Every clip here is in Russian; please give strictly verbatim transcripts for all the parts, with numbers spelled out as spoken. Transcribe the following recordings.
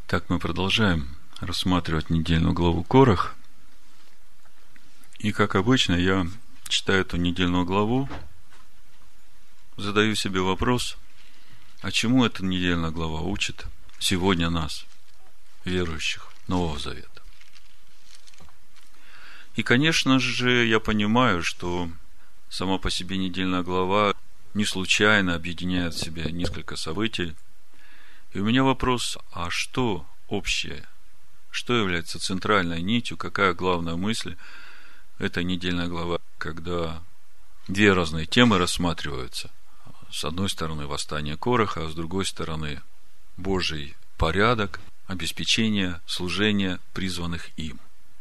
Так мы продолжаем рассматривать недельную главу Корах. И, как обычно, я читаю эту недельную главу, задаю себе вопрос, а чему эта недельная глава учит сегодня нас, верующих Нового Завета? И, конечно же, я понимаю, что сама по себе недельная глава не случайно объединяет в себе несколько событий. И у меня вопрос, а что общее? Что является центральной нитью? Какая главная мысль этой недельной главы, когда две разные темы рассматриваются? С одной стороны, восстание Кораха, а с другой стороны, Божий порядок, обеспечение служения призванных им.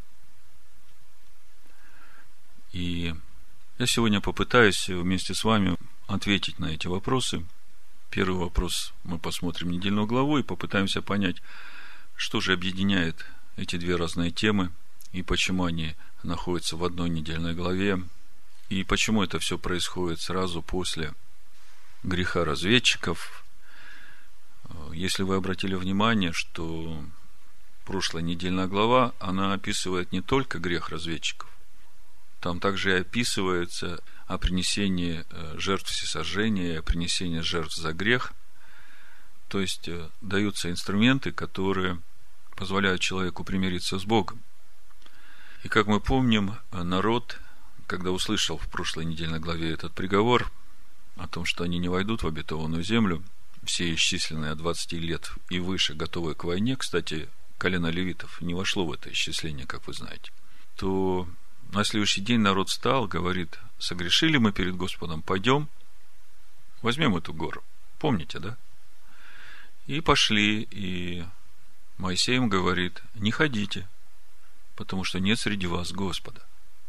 И я сегодня попытаюсь вместе с вами ответить на эти вопросы. Первый вопрос мы посмотрим недельную главу и попытаемся понять, что же объединяет эти две разные темы и почему они находятся в одной недельной главе, и почему это все происходит сразу после греха разведчиков. Если вы обратили внимание, что прошлая недельная глава, она описывает не только грех разведчиков, там также и описывается о принесении жертв всесожжения, о принесении жертв за грех. То есть даются инструменты, которые позволяют человеку примириться с Богом. И как мы помним, народ, когда услышал в прошлой недельной главе этот приговор о том, что они не войдут в обетованную землю, все исчисленные от двадцати лет и выше, готовые к войне, кстати, колено левитов не вошло в это исчисление, как вы знаете, то на следующий день народ встал, говорит: согрешили мы перед Господом, пойдем, возьмем эту гору. Помните, да? И пошли, и Моисей им говорит: не ходите, потому что нет среди вас Господа.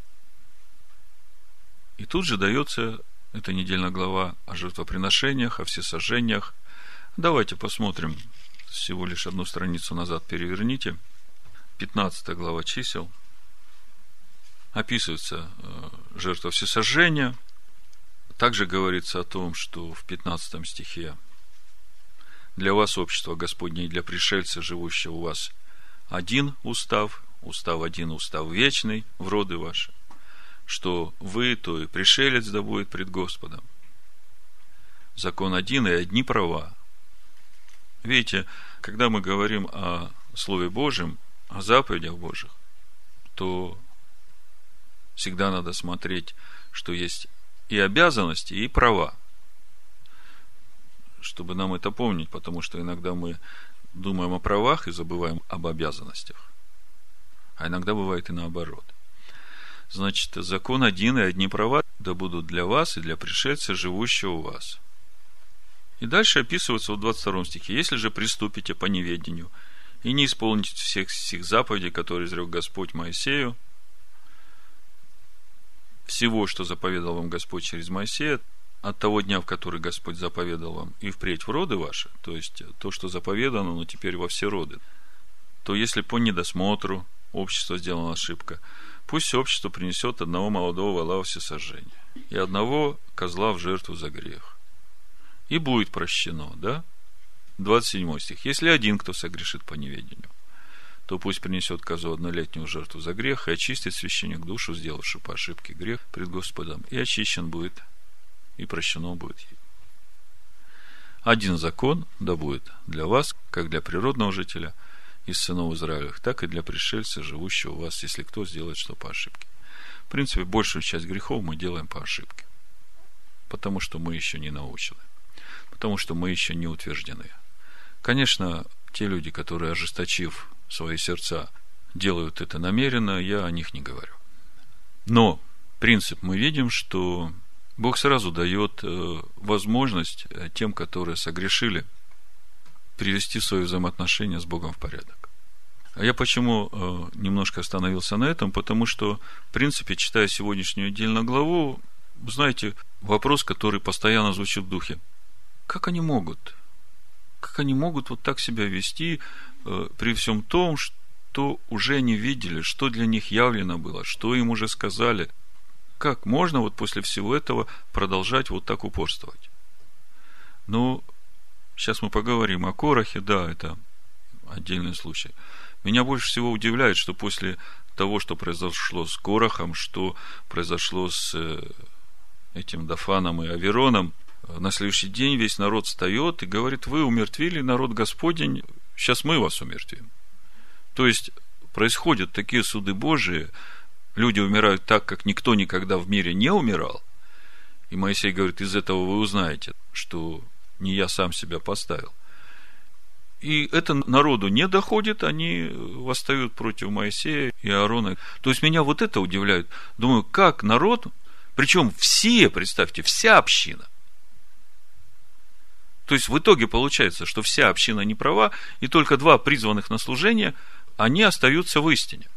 И тут же дается эта недельная глава о жертвоприношениях, о всесожжениях. Давайте посмотрим, всего лишь одну страницу назад переверните. пятнадцатая глава Чисел. Описывается жертва всесожжения. Также говорится о том, что в пятнадцатом стихе: для вас общество Господне и для пришельца, живущего у вас, один устав, устав один, устав вечный в роды ваши, что вы, то и пришелец да будет пред Господом. Закон один и одни права. Видите, когда мы говорим о Слове Божьем, о заповедях Божьих, то всегда надо смотреть, что есть и обязанности, и права. Чтобы нам это помнить, потому что иногда мы думаем о правах и забываем об обязанностях. А иногда бывает и наоборот. Значит, закон один и одни права да будут для вас и для пришельца, живущего у вас. И дальше описывается в двадцать втором стихе: если же приступите по неведению и не исполните всех сих заповедей, которые изрек Господь Моисею, всего, что заповедал вам Господь через Моисея, от того дня, в который Господь заповедал вам, и впредь в роды ваши, то есть то, что заповедано, но теперь во все роды, то если по недосмотру общество сделало ошибка, пусть общество принесет одного молодого вола во всесожжение и одного козла в жертву за грех, и будет прощено, да? двадцать седьмой стих. Если один, кто согрешит по неведению, то пусть принесет козу однолетнюю жертву за грех, и очистит священник душу, сделавшую по ошибке грех пред Господом, и очищен будет, и прощено будет ей. Один закон да будет для вас, как для природного жителя из сынов Израилевых, так и для пришельца, живущего у вас, если кто сделает что по ошибке. В принципе, большую часть грехов мы делаем по ошибке, потому что мы еще не научены, потому что мы еще не утверждены. Конечно, те люди, которые, ожесточив свои сердца, делают это намеренно, я о них не говорю. Но принцип мы видим, что Бог сразу дает возможность тем, которые согрешили, привести свои взаимоотношения с Богом в порядок. А я почему немножко остановился на этом? Потому что, в принципе, читая сегодняшнюю недельную главу, знаете, вопрос, который постоянно звучит в духе: как они могут? Как они могут вот так себя вести при всем том, что уже они видели, что для них явлено было, что им уже сказали? Как можно вот после всего этого продолжать вот так упорствовать? Ну, сейчас мы поговорим о Корахе. Да, это отдельный случай. Меня больше всего удивляет, что после того, что произошло с Корахом, что произошло с этим Дафаном и Авероном, на следующий день весь народ встает и говорит: вы умертвили народ Господень, сейчас мы вас умертвим. То есть происходят такие суды Божии, люди умирают так, как никто никогда в мире не умирал. И Моисей говорит: из этого вы узнаете, что не я сам себя поставил. И это народу не доходит, они восстают против Моисея и Аарона. То есть меня вот это удивляет. Думаю, как народ, причем все, представьте, вся община. То есть в итоге получается, что вся община не права, и только два призванных на служение, они остаются в истине.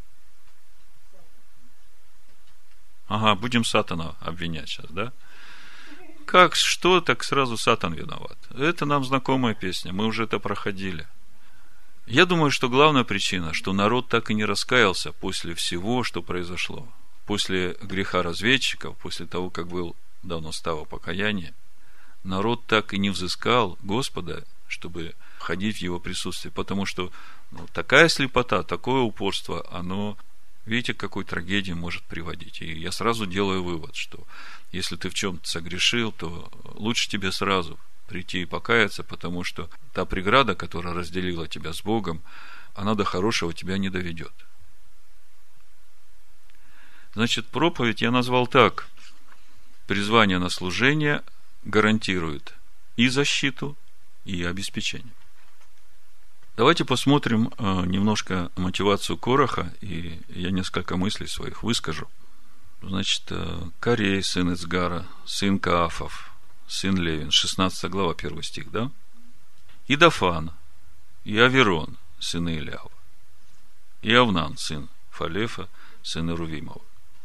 Ага, будем Сатана обвинять сейчас, да? Как, что, так сразу Сатан виноват. Это нам знакомая песня, мы уже это проходили. Я думаю, что главная причина, что народ так и не раскаялся после всего, что произошло. После греха разведчиков, после того, как был дано ставо покаяния, народ так и не взыскал Господа, чтобы ходить в его присутствии. Потому что ну, такая слепота, такое упорство, оно, видите, к какой трагедии может приводить. И я сразу делаю вывод, что если ты в чем-то согрешил, то лучше тебе сразу прийти и покаяться, потому что та преграда, которая разделила тебя с Богом, она до хорошего тебя не доведет. Значит, проповедь я назвал так: призвание на служение гарантирует и защиту, и обеспечение. Давайте посмотрим немножко мотивацию Кораха, и я несколько мыслей своих выскажу. Значит, Корей, сын Ицгара, сын Каафов, сын Левин, шестнадцатая глава, первый стих, да? И Дафан, и Аверон, сыны Илиава, и Авнан, сын Фалефа, сын Ирувимова.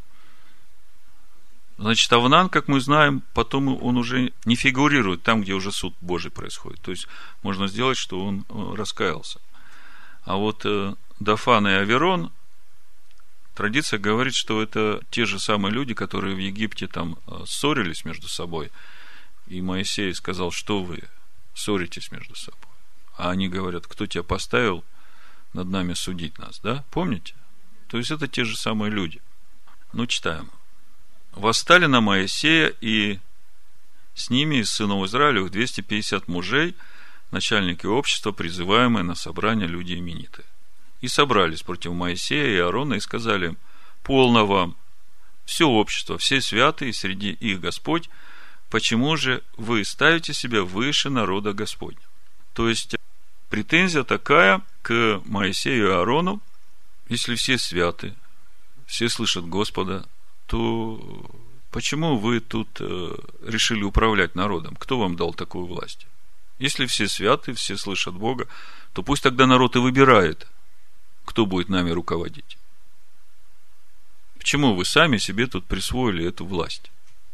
Значит, Авнан, как мы знаем, потом он уже не фигурирует там, где уже суд Божий происходит. То есть, можно сделать, что он раскаялся. А вот Дафан и Аверон, традиция говорит, что это те же самые люди, которые в Египте там ссорились между собой. И Моисей сказал: что вы ссоритесь между собой? А они говорят: кто тебя поставил над нами судить нас, да? Помните? То есть, это те же самые люди. Ну, читаем. Восстали на Моисея, и с ними из сынов Израилевых двести пятьдесят мужей, начальники общества, призываемые на собрание люди именитые. И собрались против Моисея и Аарона, и сказали им: полно вам, все общество, все святые, среди их Господь, почему же вы ставите себя выше народа Господня? То есть, претензия такая к Моисею и Аарону: если все святы, все слышат Господа, то почему вы тут э, решили управлять народом? Кто вам дал такую власть? Если все святы, все слышат Бога, то пусть тогда народ и выбирает, кто будет нами руководить. Почему вы сами себе тут присвоили эту власть?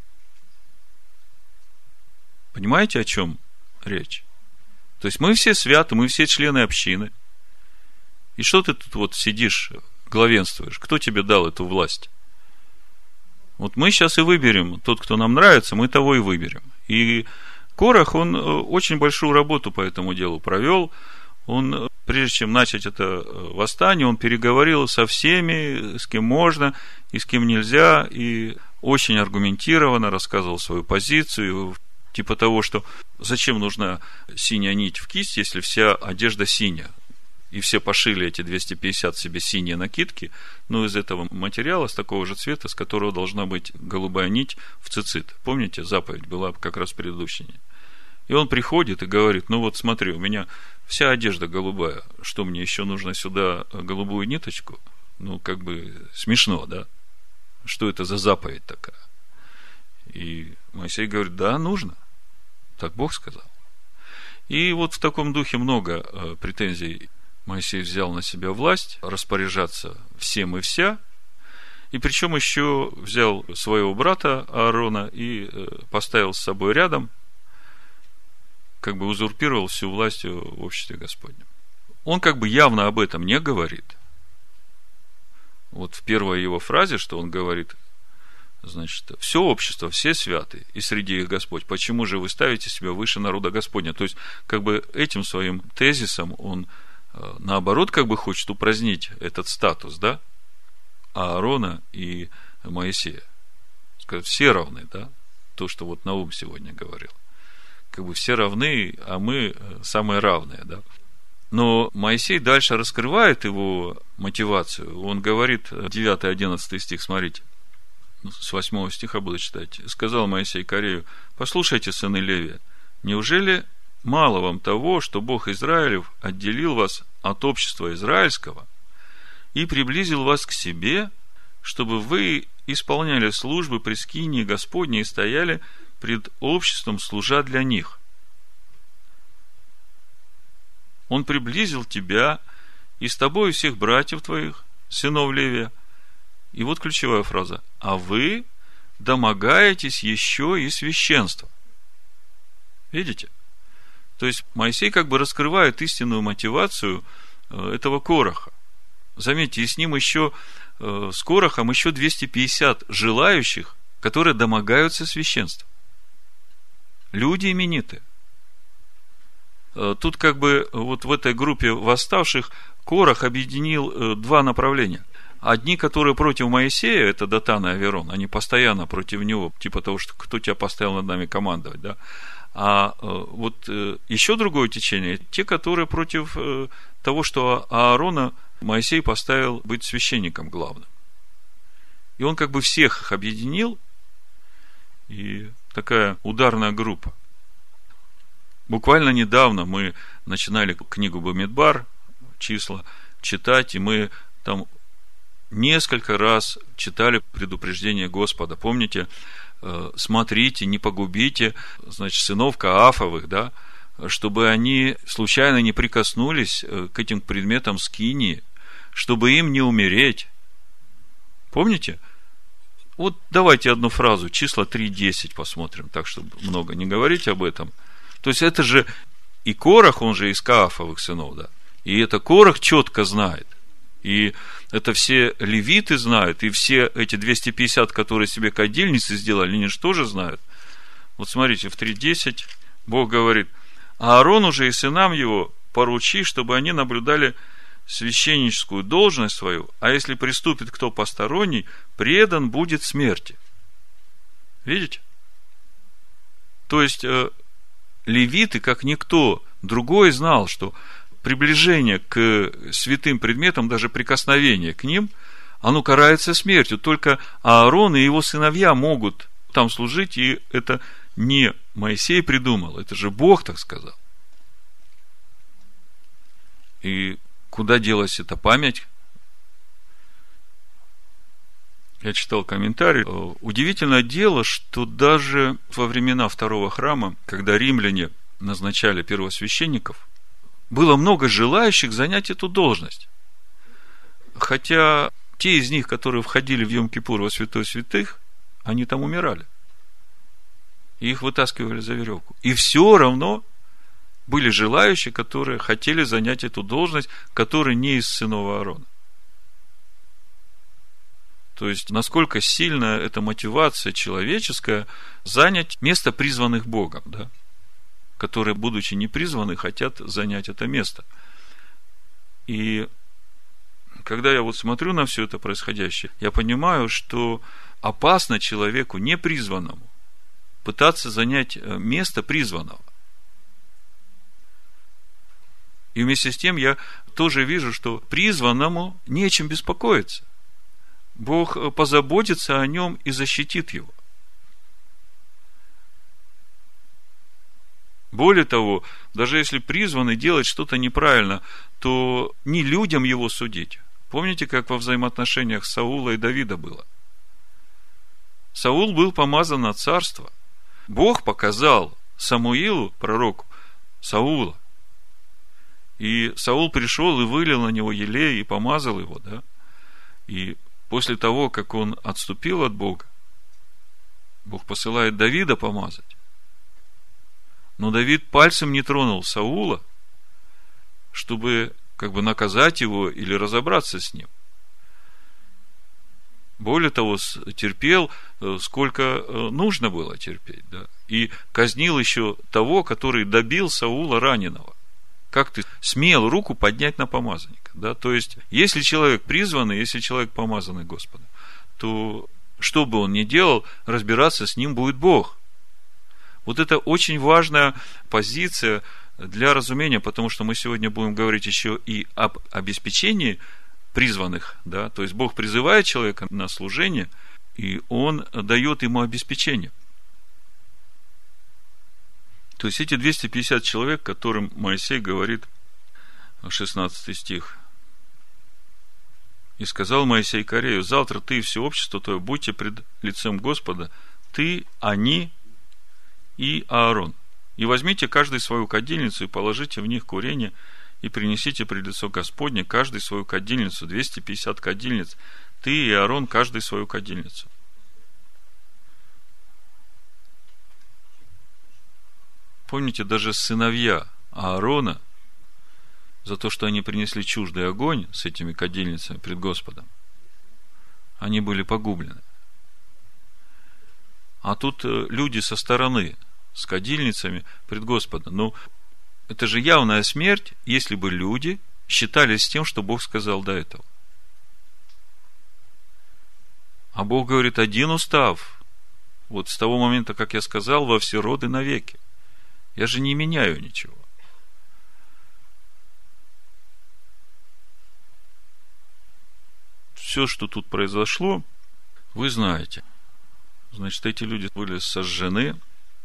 Понимаете, о чем речь? То есть, мы все святы, мы все члены общины. И что ты тут вот сидишь, главенствуешь? Кто тебе дал эту власть? Вот мы сейчас и выберем, тот, кто нам нравится, мы того и выберем. И Корах, он очень большую работу по этому делу провел. Он, прежде чем начать это восстание, он переговорил со всеми, с кем можно и с кем нельзя, и очень аргументированно рассказывал свою позицию, типа того, что зачем нужна синяя нить в кисть, если вся одежда синяя. И все пошили эти двести пятьдесят себе синие накидки, но из этого материала, с такого же цвета, с которого должна быть голубая нить в цицит. Помните, заповедь была как раз в предыдущей. И он приходит и говорит: ну вот смотри, у меня вся одежда голубая, что мне еще нужно сюда голубую ниточку? Ну, как бы смешно, да? Что это за заповедь такая? И Моисей говорит: да, нужно. Так Бог сказал. И вот в таком духе много претензий. Моисей взял на себя власть распоряжаться всем и вся, и причем еще взял своего брата Аарона и поставил с собой рядом, как бы узурпировал всю власть в обществе Господнем. Он как бы явно об этом не говорит. Вот в первой его фразе, что он говорит, значит, все общество, все святые, и среди их Господь, почему же вы ставите себя выше народа Господня? То есть, как бы этим своим тезисом он наоборот, как бы хочет упразднить этот статус, да, Аарона и Моисея. Сказать, все равны, да, то, что вот Наум сегодня говорил. Как бы все равны, а мы самые равные, да. Но Моисей дальше раскрывает его мотивацию. Он говорит, девятый-одиннадцатый стих, смотрите, с восьмого стиха буду читать. «Сказал Моисей Корею: послушайте, сыны Левия, неужели мало вам того, что Бог Израилев отделил вас от общества израильского и приблизил вас к себе, чтобы вы исполняли службы при скинии Господней и стояли пред обществом, служа для них? Он приблизил тебя и с тобой и всех братьев твоих, сынов Левия». И вот ключевая фраза: «А вы домогаетесь еще и священства». Видите? То есть Моисей как бы раскрывает истинную мотивацию этого Кораха. Заметьте, и с ним еще, с Корахом еще двести пятьдесят желающих, которые домогаются священства. Люди именитые. Тут как бы вот в этой группе восставших Корах объединил два направления. Одни, которые против Моисея, это Датан и Аверон, они постоянно против него, типа того, что кто тебя поставил над нами командовать, да. А вот еще другое течение, те, которые против того, что Аарона Моисей поставил быть священником главным. И он как бы всех их объединил, и такая ударная группа. Буквально недавно мы начинали книгу Бамидбар, числа, читать, и мы там несколько раз читали предупреждение Господа. Помните, смотрите, не погубите, значит, сынов Каафовых, да, чтобы они случайно не прикоснулись к этим предметам скинии, чтобы им не умереть. Помните? Вот давайте одну фразу, числа три десять посмотрим, так, чтобы много не говорить об этом. То есть это же и Корах, он же из Каафовых сынов, да. И это Корах четко знает. И это все левиты знают, и все эти двести пятьдесят, которые себе кадильницы сделали, они же тоже знают. Вот смотрите, в три десять Бог говорит: Аарону же и сынам его поручи, чтобы они наблюдали священническую должность свою, а если приступит кто посторонний, предан будет смерти. Видите? То есть левиты, как никто другой, знал, что приближение к святым предметам, даже прикосновение к ним, оно карается смертью. Только Аарон и его сыновья могут там служить, и это не Моисей придумал, это же Бог так сказал. И куда делась эта память? Я читал комментарий. Удивительное дело, что даже во времена второго храма, когда римляне назначали первосвященников, было много желающих занять эту должность. Хотя те из них, которые входили в Йом-Кипур во святой святых, они там умирали. И их вытаскивали за веревку. И все равно были желающие, которые хотели занять эту должность, которые не из сынов Аарона. То есть, насколько сильна эта мотивация человеческая занять место призванных Богом, да? Которые, будучи не призваны, хотят занять это место. И когда я вот смотрю на все это происходящее, я понимаю, что опасно человеку непризванному пытаться занять место призванного. И вместе с тем я тоже вижу, что призванному нечем беспокоиться. Бог позаботится о нем и защитит его. Более того, даже если призванный делать что-то неправильно, то не людям его судить. Помните, как во взаимоотношениях Саула и Давида было? Саул был помазан на царство. Бог показал Самуилу, пророку, Саула. И Саул пришел и вылил на него елей и помазал его, да? И после того, как он отступил от Бога, Бог посылает Давида помазать. Но Давид пальцем не тронул Саула, чтобы как бы наказать его или разобраться с ним. Более того, терпел, сколько нужно было терпеть, да? И казнил еще того, который добил Саула раненого. Как ты смел руку поднять на помазанника? Да? То есть, если человек призванный, если человек помазанный Господом, то что бы он ни делал, разбираться с ним будет Бог. Вот это очень важная позиция для разумения, потому что мы сегодня будем говорить еще и об обеспечении призванных. Да? То есть, Бог призывает человека на служение, и Он дает ему обеспечение. То есть, эти двести пятьдесят человек, которым Моисей говорит, шестнадцатый стих. «И сказал Моисей Корею: завтра ты и все общество твое будьте пред лицем Господа, ты, они и Аарон. И возьмите каждый свою кадильницу и положите в них курение, и принесите пред лицо Господне каждый свою кадильницу, двести пятьдесят кадильниц, ты и Аарон каждый свою кадильницу». Помните, даже сыновья Аарона, за то, что они принесли чуждый огонь с этими кадильницами пред Господом, они были погублены. А тут люди со стороны, с кадильницами пред Господом. Ну, это же явная смерть, если бы люди считались тем, что Бог сказал до этого. А Бог говорит: один устав, вот с того момента, как я сказал, во все роды навеки. Я же не меняю ничего. Все, что тут произошло, вы знаете. Значит, эти люди были сожжены,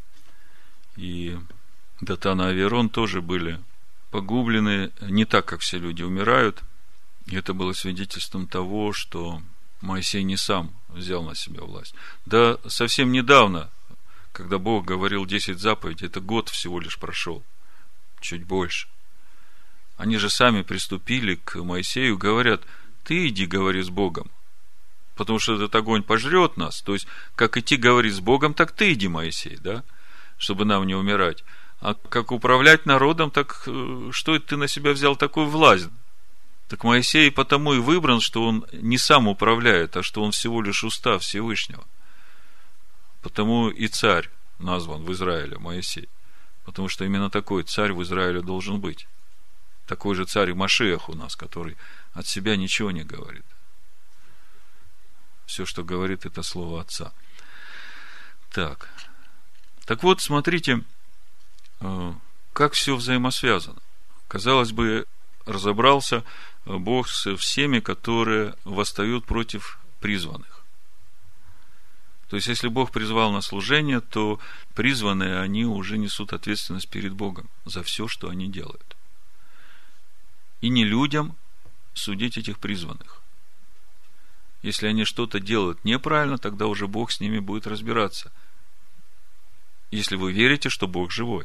и Датан и Аверон тоже были погублены, не так, как все люди умирают. И это было свидетельством того, что Моисей не сам взял на себя власть. Да совсем недавно, когда Бог говорил десять заповедей, это год всего лишь прошел, чуть больше. Они же сами приступили к Моисею, говорят: ты иди говори с Богом, потому что этот огонь пожрет нас. То есть, как идти говорить с Богом, так ты иди, Моисей, да, чтобы нам не умирать. А как управлять народом, так что это ты на себя взял такую власть? Так Моисей потому и выбран, что он не сам управляет, а что он всего лишь устав Всевышнего. Потому и царь назван в Израиле Моисей. Потому что именно такой царь в Израиле должен быть. Такой же царь и Машиах у нас, который от себя ничего не говорит. Все, что говорит, это слово Отца. Так. Так вот, смотрите, как все взаимосвязано. Казалось бы, разобрался Бог со всеми, которые восстают против призванных. То есть, если Бог призвал на служение, то призванные, они уже несут ответственность перед Богом за все, что они делают. И не людям судить этих призванных. Если они что-то делают неправильно, тогда уже Бог с ними будет разбираться. Если вы верите, что Бог живой.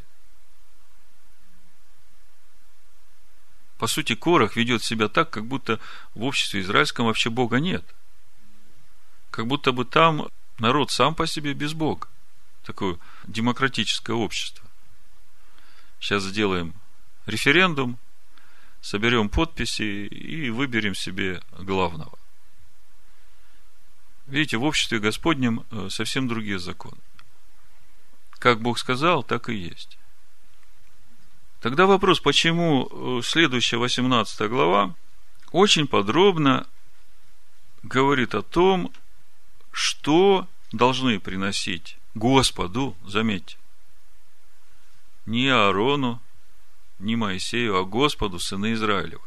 По сути, Корах ведет себя так, как будто в обществе израильском вообще Бога нет. Как будто бы там народ сам по себе без Бога. Такое демократическое общество. Сейчас сделаем референдум, соберем подписи и выберем себе главного. Видите, в обществе Господнем совсем другие законы. Как Бог сказал, так и есть. Тогда вопрос, почему следующая восемнадцатая глава очень подробно говорит о том, что должны приносить Господу, заметьте, не Аарону, не Моисею, а Господу сыны Израилевы.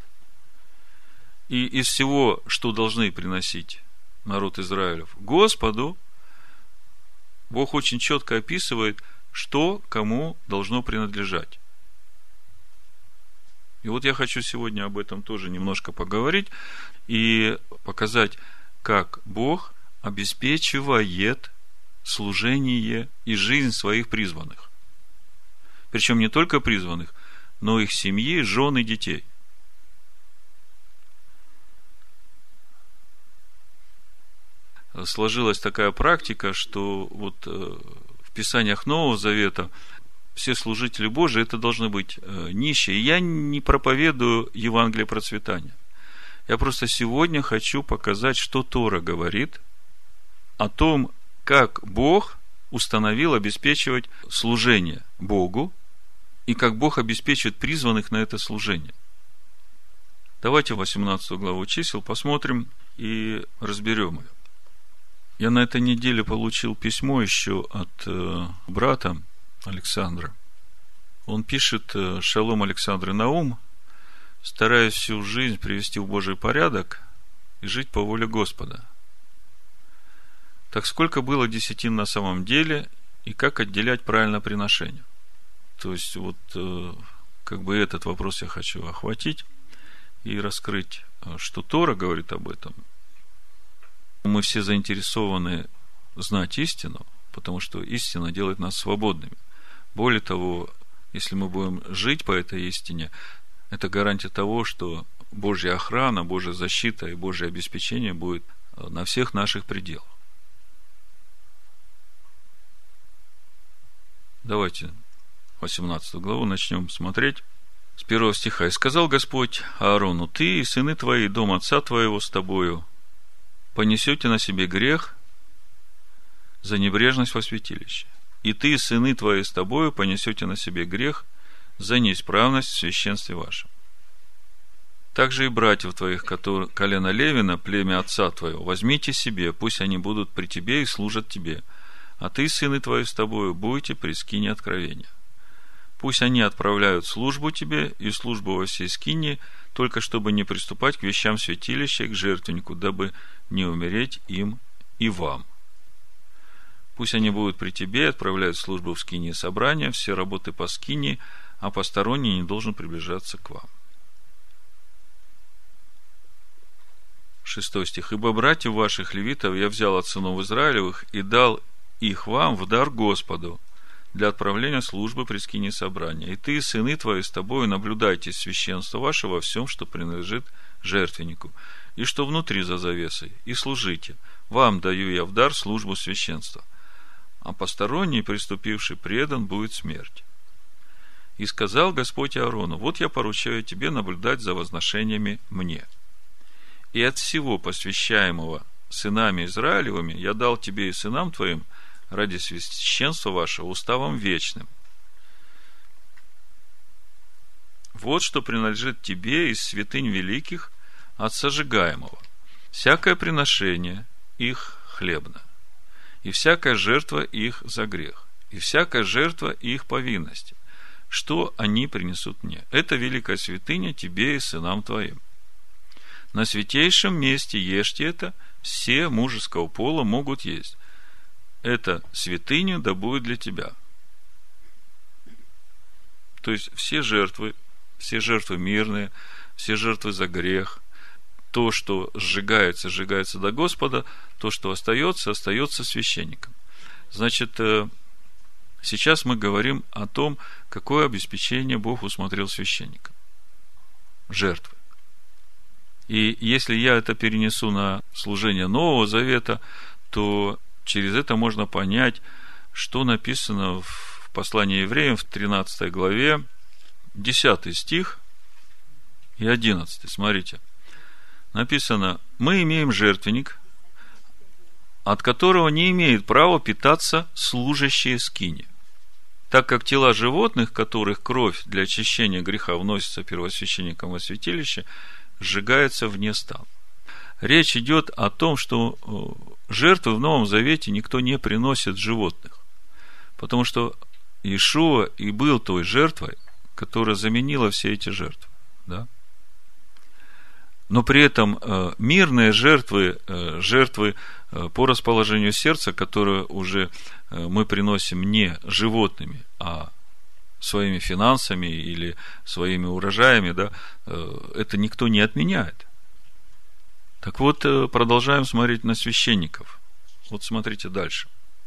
И из всего, что должны приносить народ Израилев Господу, Бог очень четко описывает, что кому должно принадлежать. И вот я хочу сегодня об этом тоже немножко поговорить и показать, как Бог обеспечивает служение и жизнь своих призванных. Причем не только призванных, но их семьи, жен и детей. Сложилась такая практика, что вот в Писаниях Нового Завета все служители Божии это должны быть нищие. И я не проповедую Евангелие процветания. Я просто сегодня хочу показать, что Тора говорит о том, как Бог установил обеспечивать служение Богу и как Бог обеспечивает призванных на это служение. Давайте восемнадцатую главу чисел посмотрим и разберем ее. Я на этой неделе получил письмо еще от э, брата Александра. Он пишет: «Шалом, Александр и Наум, стараюсь всю жизнь привести в Божий порядок и жить по воле Господа. Так сколько было десятин на самом деле, и как отделять правильно приношение?» То есть, вот э, как бы этот вопрос я хочу охватить и раскрыть, что Тора говорит об этом. Мы все заинтересованы знать истину, потому что истина делает нас свободными. Более того, если мы будем жить по этой истине, это гарантия того, что Божья охрана, Божья защита и Божье обеспечение будет на всех наших пределах. Давайте восемнадцатую главу начнем смотреть с первого стиха. «И сказал Господь Аарону: ты и сыны твои, дом отца твоего с тобою, понесете на себе грех за небрежность во святилище. И ты и сыны твои с тобою понесете на себе грех за неисправность в священстве вашем. Также и братьев твоих, которые колено Левина, племя отца твоего, возьмите себе, пусть они будут при тебе и служат тебе. А ты и сыны твои с тобою будете при скине откровения. Пусть они отправляют службу тебе и службу во всей скине, только чтобы не приступать к вещам святилища и к жертвеннику, дабы не умереть им и вам. Пусть они будут при тебе и отправляют службу в скине собрания, все работы по скине, а посторонний не должен приближаться к вам». Шестой стих. «Ибо братьев ваших левитов я взял от сынов Израилевых и дал их вам в дар Господу для отправления службы при скине собрания. И ты и сыны твои с тобою наблюдайте священство ваше во всем, что принадлежит жертвеннику, и что внутри за завесой, и служите. Вам даю я в дар службу священства. А посторонний, приступивший, предан будет смерти. И сказал Господь Аарону: вот я поручаю тебе наблюдать за возношениями мне. И от всего посвящаемого сынами Израилевыми я дал тебе и сынам твоим ради священства вашего уставом вечным. Вот что принадлежит тебе из святынь великих от сожигаемого. Всякое приношение их хлебно, и всякая жертва их за грех, и всякая жертва их повинности, что они принесут мне. Это великая святыня тебе и сынам твоим. На святейшем месте ешьте это, все мужеского пола могут есть. Это святыню да будет для тебя». То есть все жертвы, все жертвы мирные, все жертвы за грех, то, что сжигается, сжигается до Господа, то, что остается, остается священником. Значит, сейчас мы говорим о том, какое обеспечение Бог усмотрел священникам. Жертвы. И если я это перенесу на служение Нового Завета, то через это можно понять, что написано в послании евреям в тринадцатой главе, десятый стих и одиннадцатый. Смотрите. Написано: «Мы имеем жертвенник, от которого не имеют права питаться служащие скине, так как тела животных, которых кровь для очищения греха вносится первосвященником во святилище, сжигается вне стана». Речь идет о том, что жертвы в Новом Завете никто не приносит животных, потому что Иешуа и был той жертвой, которая заменила все эти жертвы. Да? Но при этом мирные жертвы, жертвы по расположению сердца, которые уже мы приносим не животными, а своими финансами или своими урожаями, да, это никто не отменяет. Так вот, продолжаем смотреть на священников. Вот смотрите дальше.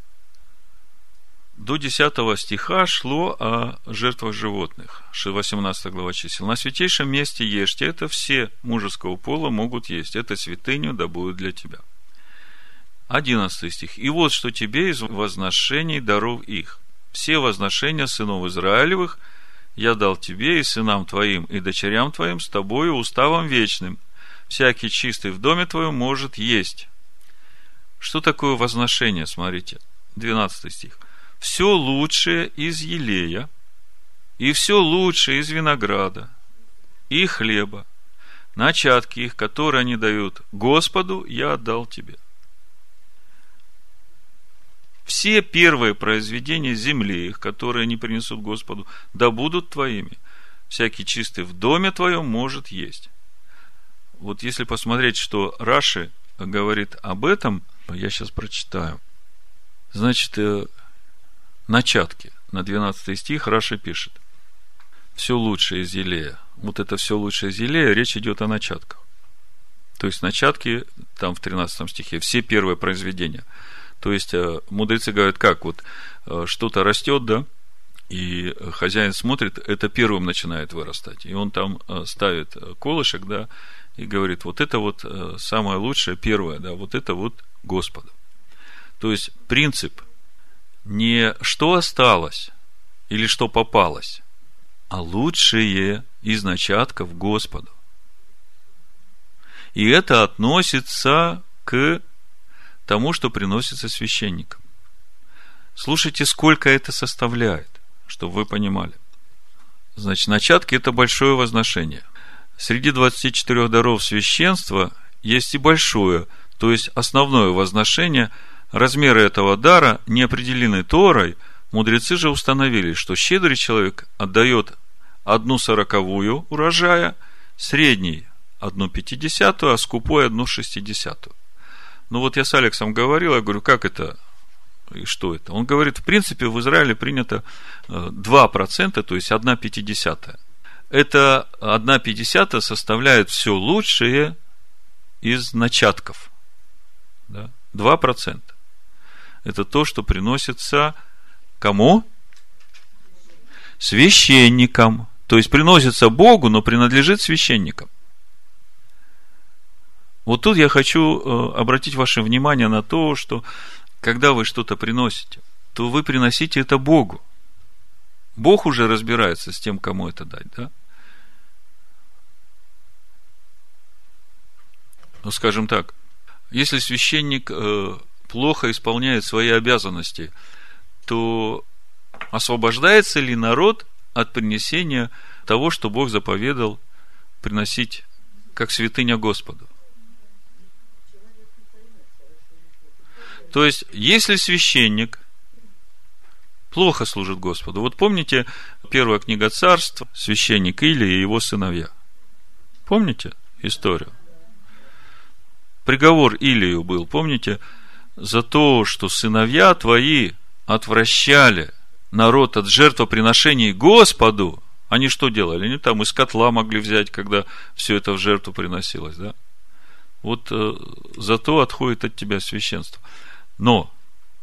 До десятого стиха шло о жертвах животных. восемнадцатая глава чисел. «На святейшем месте ешьте это, все мужеского пола могут есть. Это святыню да будет для тебя». одиннадцатый стих. «И вот что тебе из возношений даров их. Все возношения сынов Израилевых я дал тебе и сынам твоим, и дочерям твоим с тобою уставом вечным. Всякий чистый в доме твоем может есть». Что такое возношение? Смотрите, двенадцатый стих. «Все лучшее из елея и все лучшее из винограда и хлеба, начатки их, которые они дают Господу, я отдал тебе. Все первые произведения земли их, которые они принесут Господу, да будут твоими. Всякий чистый в доме твоем может есть. Вот если посмотреть, что Раши говорит об этом, я сейчас прочитаю. Значит, начатки. На двенадцатый стих Раши пишет: все лучшее из елея. Вот это все лучшее из елея, речь идет о начатках. То есть начатки, там в тринадцатом стихе, все первые произведения. То есть мудрецы говорят, как вот что-то растет, да, и хозяин смотрит, это первым начинает вырастать. И он там ставит колышек, да, и говорит, вот это вот самое лучшее, первое, да, вот это вот Господу. То есть принцип не что осталось или что попалось, а лучшее из начатков Господу. И это относится к тому, что приносится священникам. Слушайте, сколько это составляет, чтобы вы понимали. Значит, начатки – это большое возношение. Среди двадцати четырёх даров священства есть и большое, то есть основное возношение. Размеры этого дара не определены Торой. Мудрецы же установили, что щедрый человек отдает одну сороковую урожая, средний одну пятидесятую, а скупой одну шестидесятую. Ну вот я с Алексом говорил, я говорю, как это и что это? Он говорит, в принципе, в Израиле принято два процента, то есть одна пятидесятая. Это одна пятидесятая составляет все лучшее из начатков. Да? два процента. Это то, что приносится кому? Священникам. То есть приносится Богу, но принадлежит священникам. Вот тут я хочу обратить ваше внимание на то, что когда вы что-то приносите, то вы приносите это Богу. Бог уже разбирается с тем, кому это дать, да? Ну, скажем так, если священник э, плохо исполняет свои обязанности, то освобождается ли народ от принесения того, что Бог заповедал приносить как святыня Господу? То есть, если священник плохо служит Господу, вот помните первая книга Царств, священник Илия и его сыновья. Помните историю? Приговор Илию был, помните, за то, что сыновья твои отвращали народ от жертвоприношений Господу. Они что делали? Они там из котла могли взять, когда все это в жертву приносилось, да? Вот э, зато отходит от тебя священство. Но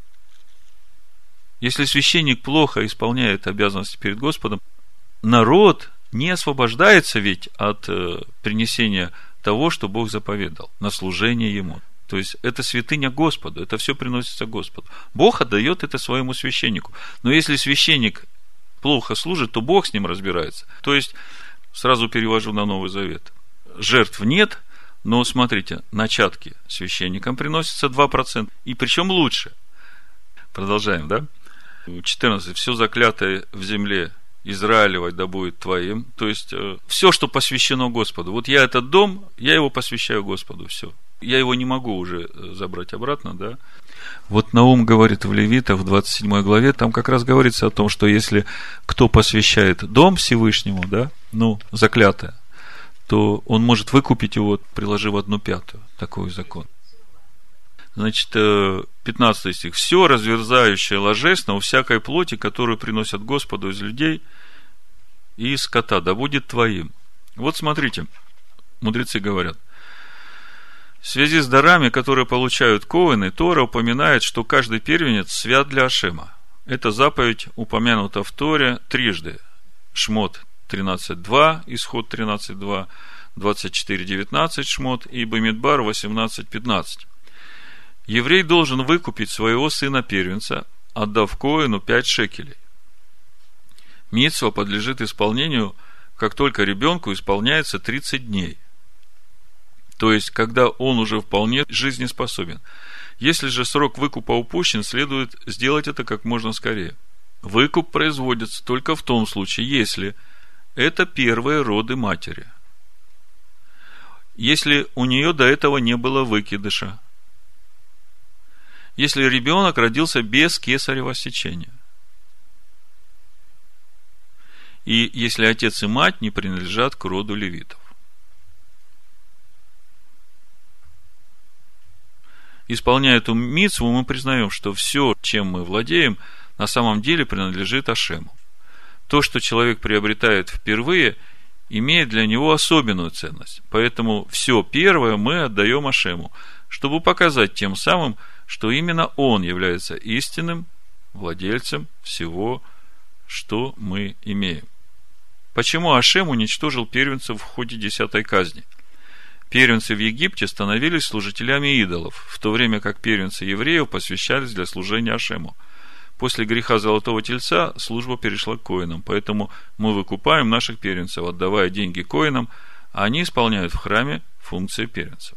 если священник плохо исполняет обязанности перед Господом, народ не освобождается ведь от э, принесения того, что Бог заповедал, на служение Ему. То есть это святыня Господу, это все приносится Господу. Бог отдает это своему священнику. Но если священник плохо служит, то Бог с ним разбирается. То есть, сразу перевожу на Новый Завет. Жертв нет, но смотрите, начатки священникам приносятся два процента. И причем лучше. Продолжаем, да? четырнадцать. Все заклятое в земле Израилевой да будет твоим. То есть, все, что посвящено Господу. Вот я этот дом, я его посвящаю Господу, все. Я его не могу уже забрать обратно, да? Вот Наум говорит в Левитах, в двадцать седьмой главе, там как раз говорится о том, что если кто посвящает дом Всевышнему, да, ну, заклятое, то он может выкупить его, приложив одну пятую. Такой закон. Значит, пятнадцатый стих. Все разверзающее ложесно у всякой плоти, которую приносят Господу из людей и из скота, да будет твоим. Вот смотрите, мудрецы говорят, в связи с дарами, которые получают коэны, Тора упоминает, что каждый первенец свят для Ашема. Эта заповедь упомянута в Торе трижды. Шмот тринадцать два, Исход тринадцать два, двадцать четыре девятнадцать Шмот и Бамидбар восемнадцать пятнадцать. Еврей должен выкупить своего сына-первенца, отдав коэну пять шекелей. Мицва подлежит исполнению, как только ребенку исполняется тридцать дней. То есть, когда он уже вполне жизнеспособен. Если же срок выкупа упущен, следует сделать это как можно скорее. Выкуп производится только в том случае, если это первые роды матери. Если у нее до этого не было выкидыша. Если ребенок родился без кесарево сечения. И если отец и мать не принадлежат к роду левитов. Исполняя эту мицву, мы признаем, что все, чем мы владеем, на самом деле принадлежит Ашему. То, что человек приобретает впервые, имеет для него особенную ценность. Поэтому все первое мы отдаем Ашему, чтобы показать тем самым, что именно Он является истинным владельцем всего, что мы имеем. Почему Ашем уничтожил первенцев в ходе десятой казни? Первенцы в Египте становились служителями идолов, в то время как первенцы евреев посвящались для служения Ашему. После греха Золотого Тельца служба перешла к коинам, поэтому мы выкупаем наших первенцев, отдавая деньги коинам, а они исполняют в храме функции первенцев.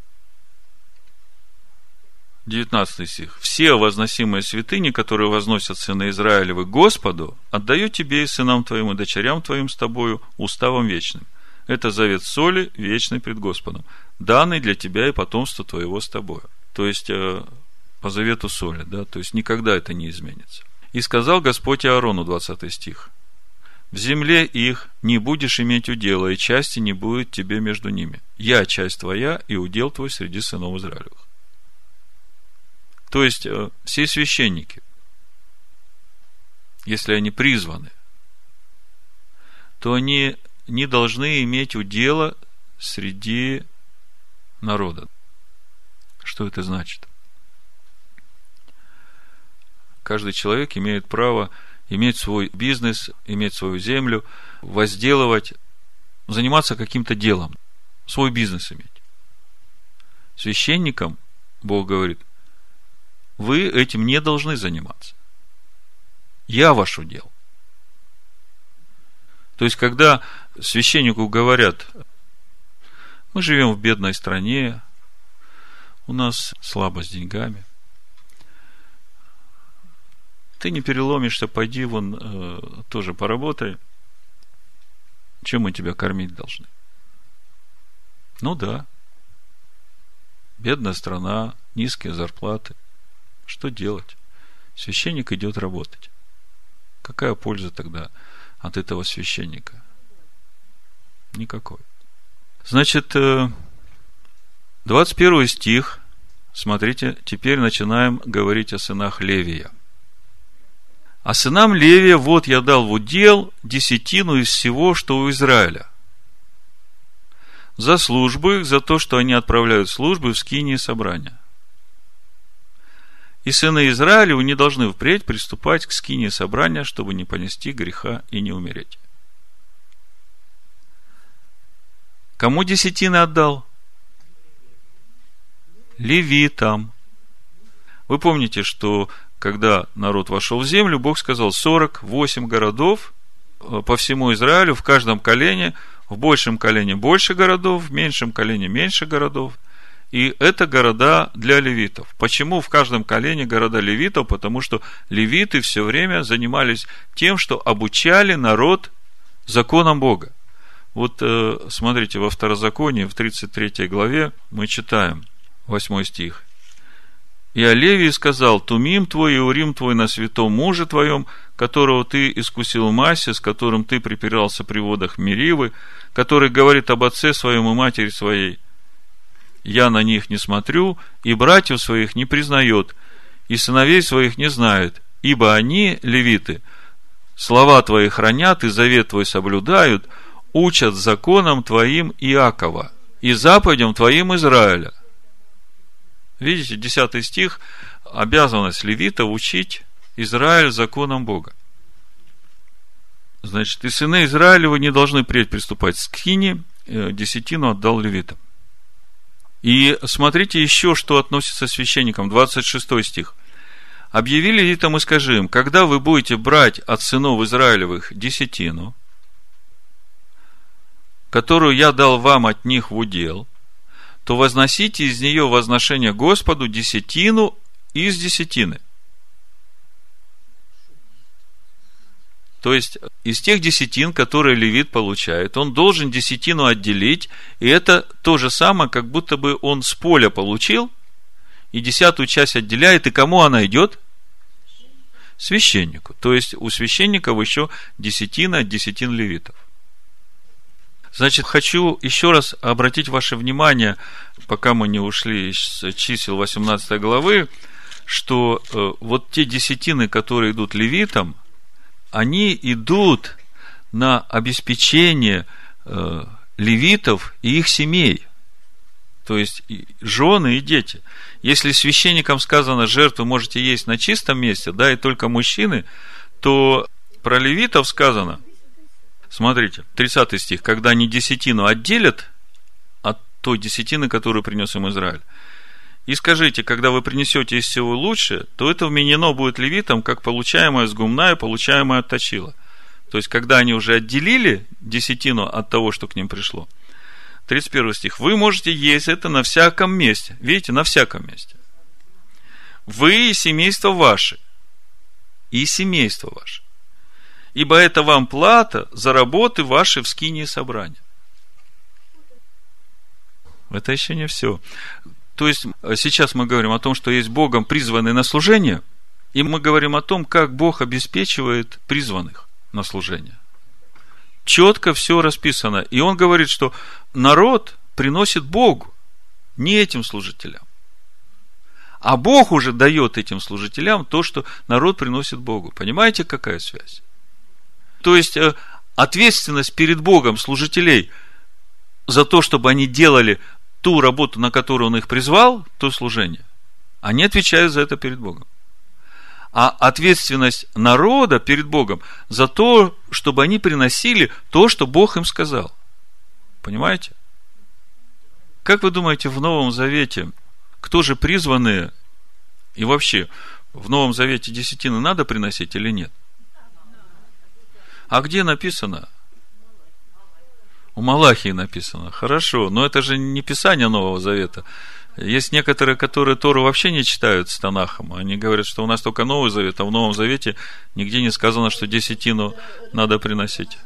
девятнадцатый стих. «Все возносимые святыни, которые возносят сыны Израилевы Господу, отдаю тебе и сынам твоим, и дочерям твоим с тобою уставом вечным. Это завет соли, вечный пред Господом, данный для тебя и потомства твоего с тобою». То есть, по завету соли, да, то есть, никогда это не изменится. «И сказал Господь Аарону», двадцатый стих, «В земле их не будешь иметь удела, и части не будет тебе между ними. Я часть твоя, и удел твой среди сынов Израилевых». То есть, все священники, если они призваны, то они не должны иметь удела среди народа. Что это значит? Каждый человек имеет право иметь свой бизнес, иметь свою землю, возделывать, заниматься каким-то делом, свой бизнес иметь. Священникам Бог говорит: вы этим не должны заниматься. Я ваш удел. То есть, когда священнику говорят: мы живем в бедной стране, у нас слабо с деньгами, ты не переломишься, пойди вон э, тоже поработай, чем мы тебя кормить должны? Ну да, бедная страна, низкие зарплаты. Что делать? Священник идет работать. Какая польза тогда от этого священника? Никакой. Значит, двадцать первый стих. Смотрите, теперь начинаем говорить о сынах Левия. А сынам Левия вот я дал в удел десятину из всего, что у Израиля. За службу их, за то, что они отправляют службы в скинии собрания. И сыны Израилевы не должны впредь приступать к скинии собрания, чтобы не понести греха и не умереть. Кому десятины отдал? Левитам. Вы помните, что когда народ вошел в землю, Бог сказал: сорок восемь городов по всему Израилю, в каждом колене, в большем колене больше городов, в меньшем колене меньше городов. И это города для левитов. Почему в каждом колене города левитов? Потому что левиты все время занимались тем, что обучали народ законам Бога. Вот смотрите, во Второзаконии, в тридцать третьей главе мы читаем восьмой стих. «И о Левии сказал: Тумим твой и Урим твой на святом муже твоем, которого ты искусил в массе, с которым ты припирался при водах Меривы, который говорит об отце своем и матери своей. Я на них не смотрю, и братьев своих не признает, и сыновей своих не знает, ибо они, левиты, слова твои хранят и завет твой соблюдают, учат законам твоим Иакова и заповедям твоим Израиля». Видите, десятый стих, обязанность левита учить Израиль законам Бога. Значит, и сыны Израилевы не должны впредь приступать к скине, десятину отдал левитам. И смотрите еще, что относится к священникам, двадцать шестой стих. «Объяви левитам и скажи им: когда вы будете брать от сынов Израилевых десятину, которую я дал вам от них в удел, то возносите из нее возношение Господу десятину из десятины». То есть, из тех десятин, которые левит получает, он должен десятину отделить, и это то же самое, как будто бы он с поля получил, и десятую часть отделяет, и кому она идет? Священнику. То есть, у священников еще десятина от десятин левитов. Значит, хочу еще раз обратить ваше внимание, пока мы не ушли из чисел восемнадцатой главы, что э, вот те десятины, которые идут левитам, они идут на обеспечение э, левитов и их семей. То есть, и жены и дети. Если священникам сказано, жертвы можете есть на чистом месте, да, и только мужчины, то про левитов сказано, смотрите, тридцатый стих, когда они десятину отделят от той десятины, которую принес им Израиль, и скажите, когда вы принесете из всего лучшее, то это вменено будет левитам, как получаемое с гумна и получаемое от точила. То есть, когда они уже отделили десятину от того, что к ним пришло, тридцать первый стих, вы можете есть это на всяком месте. Видите, на всяком месте. Вы и семейство ваше. И семейство ваше. Ибо это вам плата за работы ваши в скинии собрания. Это еще не все. То есть, сейчас мы говорим о том, что есть Богом призванные на служение, и мы говорим о том, как Бог обеспечивает призванных на служение. Четко все расписано. И он говорит, что народ приносит Богу, не этим служителям. А Бог уже дает этим служителям то, что народ приносит Богу. Понимаете, какая связь? То есть, ответственность перед Богом служителей за то, чтобы они делали ту работу, на которую он их призвал, то служение, они отвечают за это перед Богом. А ответственность народа перед Богом за то, чтобы они приносили то, что Бог им сказал. Понимаете? Как вы думаете, в Новом Завете, кто же призванные, и вообще, в Новом Завете десятины надо приносить или нет? А где написано? У Малахии написано. Хорошо, но это же не Писание Нового Завета. Есть некоторые, которые Тору вообще не читают с Танахом. Они говорят, что у нас только Новый Завет, а в Новом Завете нигде не сказано, что десятину надо приносить.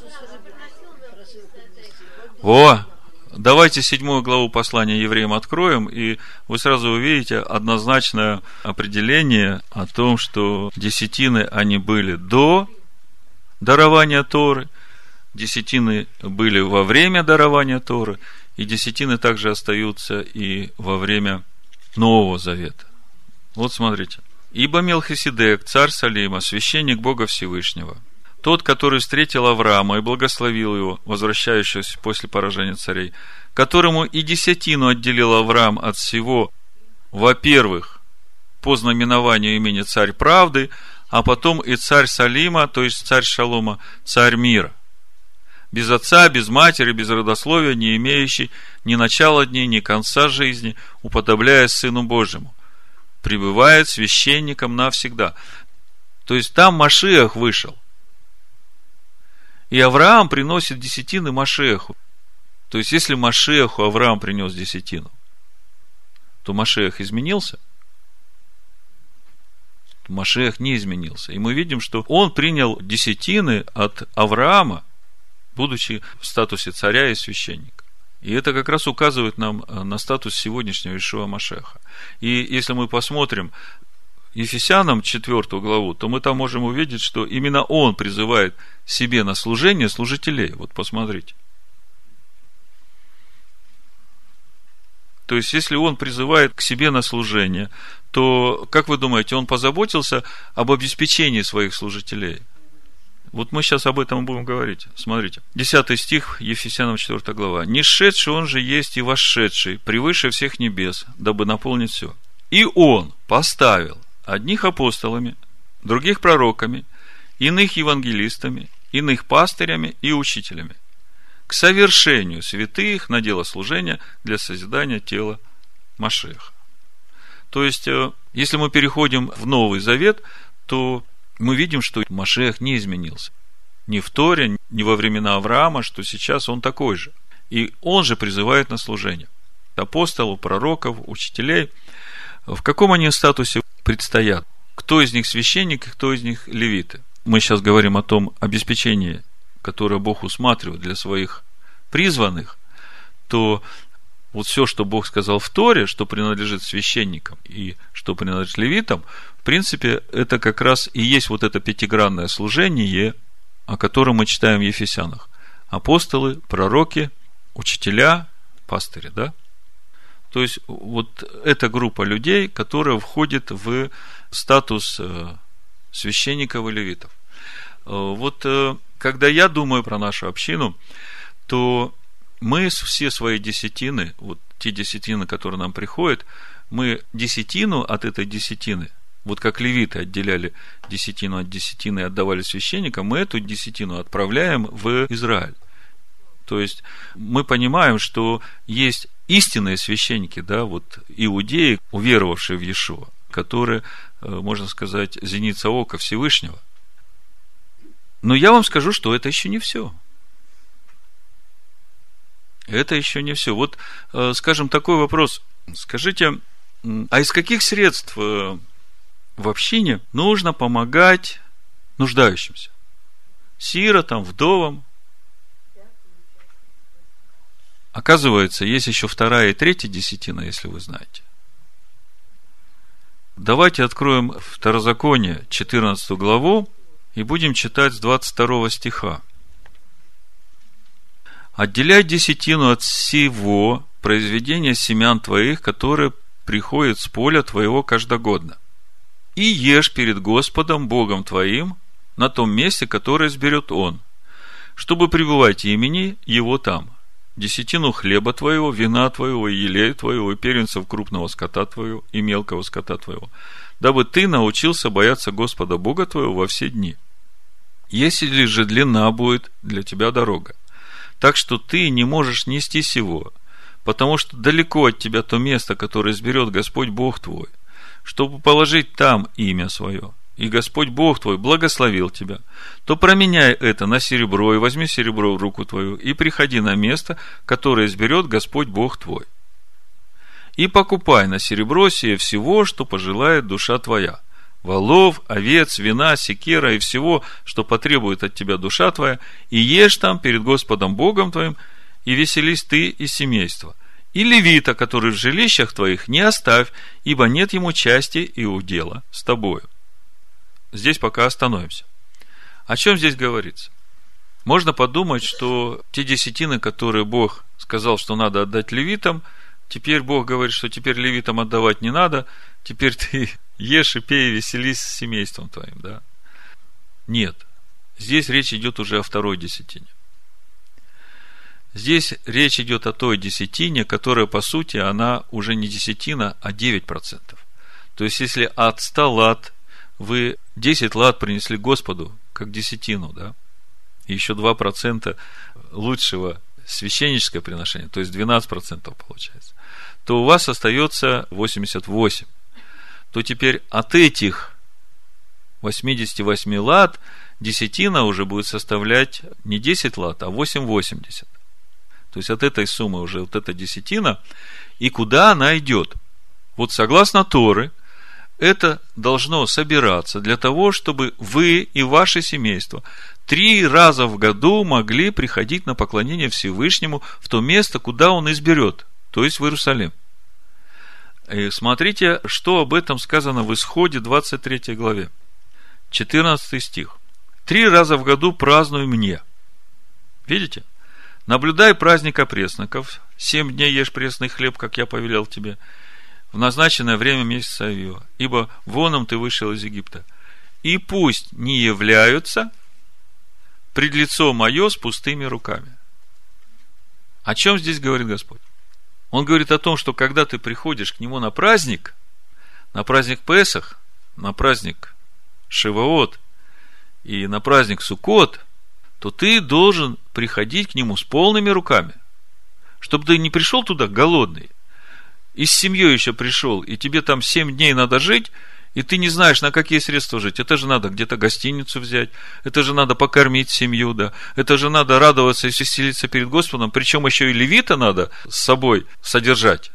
О, давайте седьмую главу послания евреям откроем, и вы сразу увидите однозначное определение о том, что десятины, они были до дарования Торы, десятины были во время дарования Торы, и десятины также остаются и во время Нового Завета. Вот смотрите. Ибо Мелхиседек, царь Салима, священник Бога Всевышнего, тот, который встретил Авраама и благословил его, возвращающегося после поражения царей, которому и десятину отделил Авраам от всего, во-первых, по знаменованию имени царь правды, а потом и царь Салима, то есть царь Шалома, царь мира, без отца, без матери, без родословия, не имеющий ни начала дней, ни конца жизни, уподобляясь Сыну Божьему, пребывает священником навсегда. То есть там Машиах вышел. И Авраам приносит десятины Машиаху. То есть если Машиаху Авраам принес десятину, то Машиах изменился? Машиах не изменился. И мы видим, что он принял десятины от Авраама, будучи в статусе царя и священника. И это как раз указывает нам на статус сегодняшнего Иешуа Машиаха. И если мы посмотрим Ефесянам четвёртую главу, то мы там можем увидеть, что именно он призывает себе на служение служителей. Вот посмотрите. То есть, если он призывает к себе на служение, то, как вы думаете, он позаботился об обеспечении своих служителей? Вот мы сейчас об этом будем говорить. Смотрите. Десятый стих, Ефесянам четвёртая глава. «Не шедший, он же есть и вошедший, превыше всех небес, дабы наполнить все. И он поставил одних апостолами, других пророками, иных евангелистами, иных пастырями и учителями, к совершению святых на дело служения для созидания тела Машиаха». То есть, если мы переходим в Новый Завет, то мы видим, что Машиах не изменился. Ни в Торе, ни во времена Авраама, что сейчас он такой же. И он же призывает на служение. Апостолов, пророков, учителей. В каком они статусе предстоят? Кто из них священник, кто из них левиты? мы сейчас говорим о том обеспечении, которое Бог усматривает для своих призванных, то вот все, что Бог сказал в Торе, что принадлежит священникам и что принадлежит левитам, в принципе, это как раз и есть вот это пятигранное служение, о котором мы читаем в Ефесянах. Апостолы, пророки, учителя, пастыри, да? То есть, вот эта группа людей, которая входит в статус священников и левитов. Вот когда я думаю про нашу общину, то мы все свои десятины, вот те десятины, которые нам приходят, мы десятину от этой десятины, вот как левиты отделяли десятину от десятины и отдавали священникам, мы эту десятину отправляем в Израиль. То есть мы понимаем, что есть истинные священники, да, вот иудеи, уверовавшие в Иешуа, которые, можно сказать, зеница ока Всевышнего. Но я вам скажу, что это еще не все. Это еще не все. Вот, скажем, такой вопрос. Скажите, а из каких средств в общине нужно помогать нуждающимся? Сиротам, вдовам? Оказывается, есть еще вторая и третья десятина, если вы знаете. Давайте откроем Второзаконие, четырнадцатую главу, и будем читать с двадцать второго стиха. «Отделяй десятину от всего произведения семян твоих, которые приходят с поля твоего каждогодно, и ешь перед Господом Богом твоим на том месте, которое изберет Он, чтобы пребывать имени Его там. Десятину хлеба твоего, вина твоего, и елея твоего, и первенцев крупного скота твоего, и мелкого скота твоего, дабы ты научился бояться Господа Бога твоего во все дни. Если же длинна будет для тебя дорога, так что ты не можешь нести сего, потому что далеко от тебя то место, которое изберет Господь Бог твой, чтобы положить там имя свое, и Господь Бог твой благословил тебя, то променяй это на серебро, и возьми серебро в руку твою, и приходи на место, которое изберет Господь Бог твой. И покупай на серебро сие всего, что пожелает душа твоя: волов, овец, вина, секера и всего, что потребует от тебя душа твоя, и ешь там перед Господом Богом твоим, и веселись ты и семейство. И левита, который в жилищах твоих, не оставь, ибо нет ему части и удела с тобою». Здесь пока остановимся. О чем здесь говорится? Можно подумать, что те десятины, которые Бог сказал, что надо отдать левитам, теперь Бог говорит, что теперь левитам отдавать не надо, теперь ты ешь и пей, и веселись с семейством твоим, да? Нет. Здесь речь идет уже о второй десятине. Здесь речь идет о той десятине, которая, по сути, она уже не десятина, а девять процентов. То есть, если от ста лат вы десять лат принесли Господу, как десятину, да, и еще два процента лучшего священническое приношение, то есть двенадцать процентов получается, то у вас остается восемьдесят восемь. То теперь от этих восемьдесят восемь лат десятина уже будет составлять не десять лат, а восемь восемьдесят. То есть от этой суммы уже вот эта десятина. И куда она идет? Вот согласно Торы, это должно собираться для того, чтобы вы и ваше семейство три раза в году могли приходить на поклонение Всевышнему в то место, куда Он изберет, то есть в Иерусалим. И смотрите, что об этом сказано в Исходе двадцать третьей главе, четырнадцатый стих. «Три раза в году празднуй мне». Видите? «Наблюдай праздник опресноков, семь дней ешь пресный хлеб, как я повелел тебе, в назначенное время месяца Авива, ибо воном ты вышел из Египта. И пусть не являются пред лицо мое с пустыми руками». О чем здесь говорит Господь? Он говорит о том, что когда ты приходишь к Нему на праздник, на праздник Песах, на праздник Шиваот и на праздник Суккот, то ты должен приходить к Нему с полными руками, чтобы ты не пришел туда голодный, и с семьей еще пришел, и тебе там семь дней надо жить, и ты не знаешь, на какие средства жить. Это же надо где-то гостиницу взять, это же надо покормить семью, да, это же надо радоваться и веселиться перед Господом, причем еще и левита надо с собой содержать.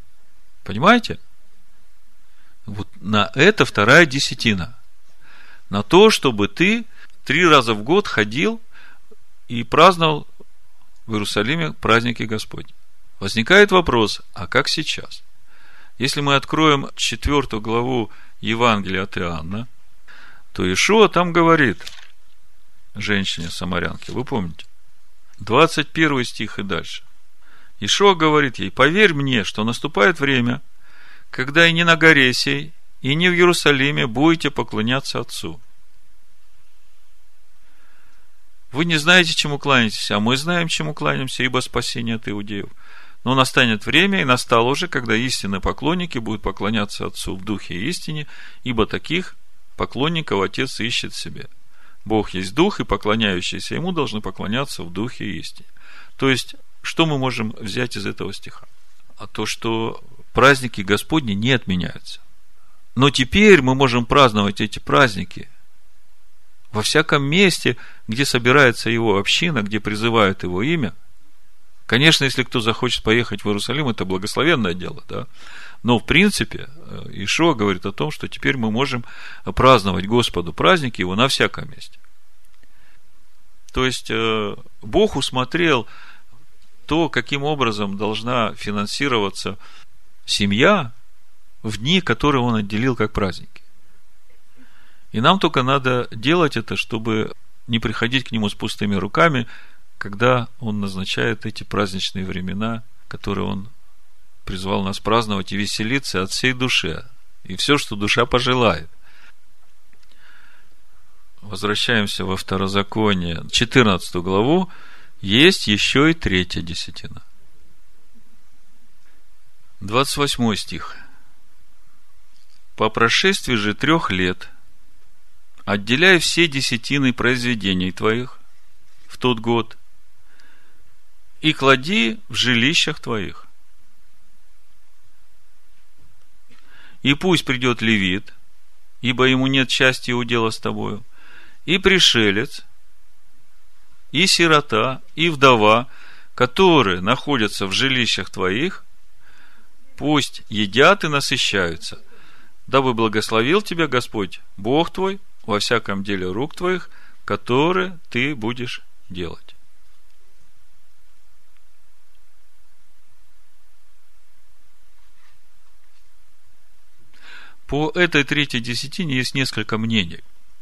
Понимаете? Вот на это вторая десятина. на то, чтобы ты три раза в год ходил и праздновал в Иерусалиме праздники Господни. Возникает вопрос, а как сейчас? Если мы откроем четвертую главу Евангелия от Иоанна, то Иешуа там говорит женщине-самарянке, вы помните, двадцать первый стих и дальше. Иешуа говорит ей: поверь мне, что наступает время, когда и не на горе сей, и не в Иерусалиме будете поклоняться Отцу. Вы не знаете, чему кланяетесь, а мы знаем, чему кланяемся, ибо спасение от иудеев. Но настанет время, и настало уже, когда истинные поклонники будут поклоняться Отцу в духе и истине, ибо таких поклонников Отец ищет себе. Бог есть Дух, и поклоняющиеся Ему должны поклоняться в духе и истине. То есть, что мы можем взять из этого стиха? А то, что праздники Господни не отменяются. Но теперь мы можем праздновать эти праздники во всяком месте, где собирается Его община, где призывают Его имя. Конечно, если кто захочет поехать в Иерусалим, это благословенное дело, да? Но в принципе Иешуа говорит о том, что теперь мы можем праздновать Господу праздники Его на всяком месте. То есть Бог усмотрел то, каким образом должна финансироваться семья в дни, которые Он отделил как праздники. И нам только надо делать это, чтобы не приходить к Нему с пустыми руками, когда Он назначает эти праздничные времена, которые Он призвал нас праздновать и веселиться от всей души, и все, что душа пожелает. Возвращаемся во Второзаконие, четырнадцатую главу. Есть еще и третья десятина. двадцать восьмой стих. По прошествии же трех лет отделяй все десятины произведений твоих в тот год и клади в жилищах твоих. И пусть придет левит, ибо ему нет части и удела с тобою, и пришелец, и сирота, и вдова, которые находятся в жилищах твоих, пусть едят и насыщаются, дабы благословил тебя Господь, Бог твой, во всяком деле рук твоих, которые ты будешь делать. По этой третьей десятине есть несколько мнений.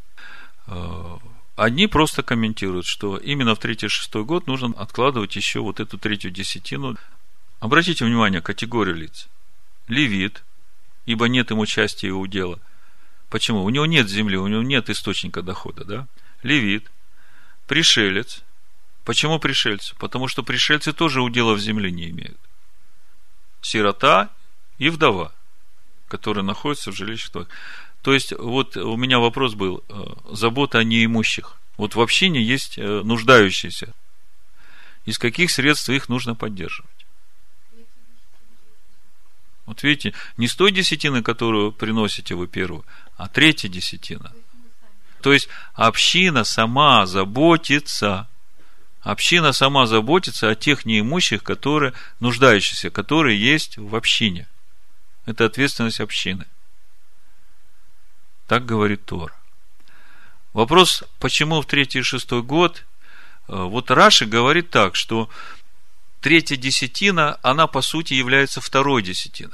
Одни просто комментируют, что именно в третий и шестой год нужно откладывать еще вот эту третью десятину. Обратите внимание, категорию лиц. Левит, ибо нет ему части и удела. Почему? У него нет земли, у него нет источника дохода, да? Левит, пришелец. Почему пришельцы? Потому что пришельцы тоже удела в земле не имеют. Сирота и вдова, которые находятся в жилищах твоих. То есть, вот у меня вопрос был, забота о неимущих. Вот в общине есть нуждающиеся. Из каких средств их нужно поддерживать? Вот видите, не с той десятины, которую приносите вы первую, а третья десятина. То есть, община сама заботится. Община сама заботится о тех неимущих, которые нуждающиеся, которые есть в общине. Это ответственность общины. Так говорит Тора. Вопрос, почему в третий и шестой год? Вот Раши говорит так, что третья десятина, она по сути является второй десятиной.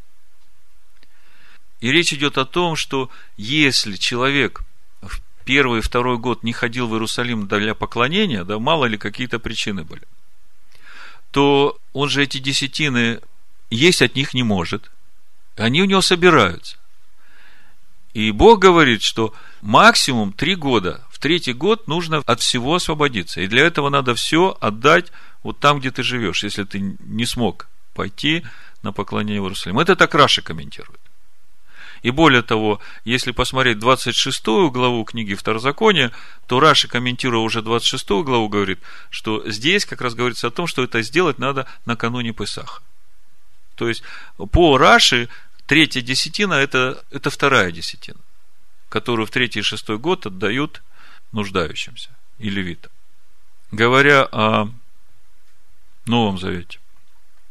И речь идет о том, что если человек в первый и второй год не ходил в Иерусалим для поклонения, да, мало ли какие-то причины были, то он же эти десятины есть от них не может. Они у него собираются. И Бог говорит, что максимум три года. В третий год нужно от всего освободиться. И для этого надо все отдать вот там, где ты живешь, если ты не смог пойти на поклонение в Иерусалим. Это так Раши комментирует. И более того, если посмотреть двадцать шестую главу книги Второзакония, то Раши, комментируя уже двадцать шестую главу, говорит, что здесь как раз говорится о том, что это сделать надо накануне Песаха. То есть, по Раши, третья десятина это, это вторая десятина, которую в третий и шестой год отдают нуждающимся и левитам. Говоря о Новом Завете,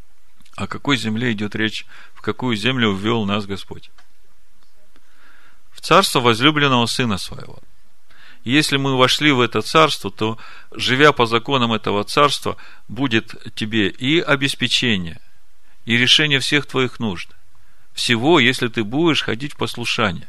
о какой земле идет речь, в какую землю ввел нас Господь? в царство возлюбленного Сына Своего. Если мы вошли в это царство, то, живя по законам этого царства, будет тебе и обеспечение, и решение всех твоих нужд. Всего, если ты будешь ходить в послушание.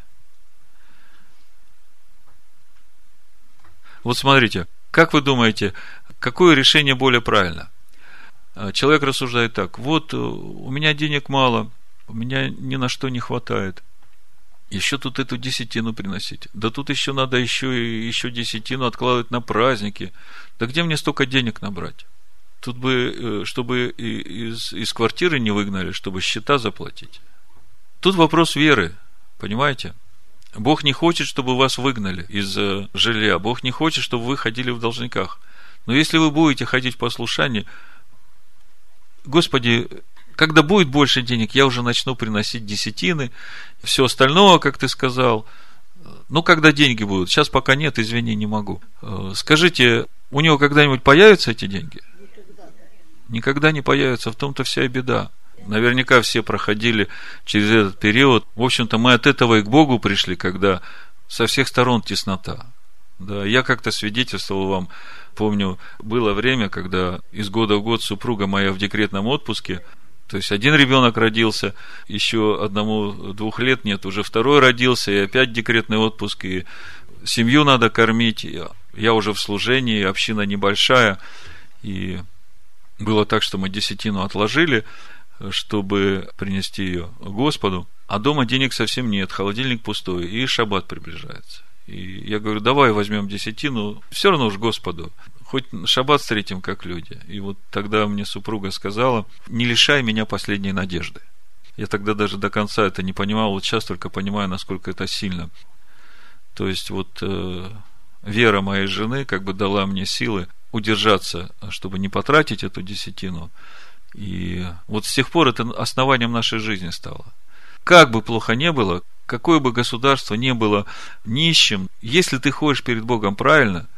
Вот смотрите, как вы думаете, какое решение более правильно? Человек рассуждает так: вот у меня денег мало, у меня ни на что не хватает. Еще тут эту десятину приносить. Да тут еще надо еще и еще десятину откладывать на праздники. Да где мне столько денег набрать? Тут бы, чтобы из, из квартиры не выгнали, чтобы счета заплатить. Тут вопрос веры, понимаете? Бог не хочет, чтобы вас выгнали из жилья. Бог не хочет, чтобы вы ходили в должниках. Но если вы будете ходить в послушании, Господи, когда будет больше денег, я уже начну приносить десятины, все остальное, как ты сказал. Ну, когда деньги будут? Сейчас пока нет, извини, не могу. Скажите, у него когда-нибудь появятся эти деньги? Никогда. Никогда не появятся, в том-то вся и беда. Наверняка все проходили через этот период. В общем-то, мы от этого и к Богу пришли, когда со всех сторон теснота. Да, я как-то свидетельствовал вам, помню, было время, когда из года в год супруга моя в декретном отпуске. То есть один ребенок родился, еще одному двух лет нет, уже второй родился, и опять декретный отпуск, и семью надо кормить. Я уже в служении, община небольшая, и было так, что мы десятину отложили, чтобы принести ее Господу, а дома денег совсем нет, холодильник пустой, и шаббат приближается. И я говорю, давай возьмем десятину, все равно уж Господу, хоть шаббат встретим, как люди. И вот тогда мне супруга сказала: не лишай меня последней надежды. Я тогда даже до конца это не понимал, вот сейчас только понимаю, насколько это сильно. То есть вот э, вера моей жены как бы дала мне силы удержаться, чтобы не потратить эту десятину. И вот с тех пор это основанием нашей жизни стало. Как бы плохо не было, какое бы государство не было нищим, если ты ходишь перед Богом правильно,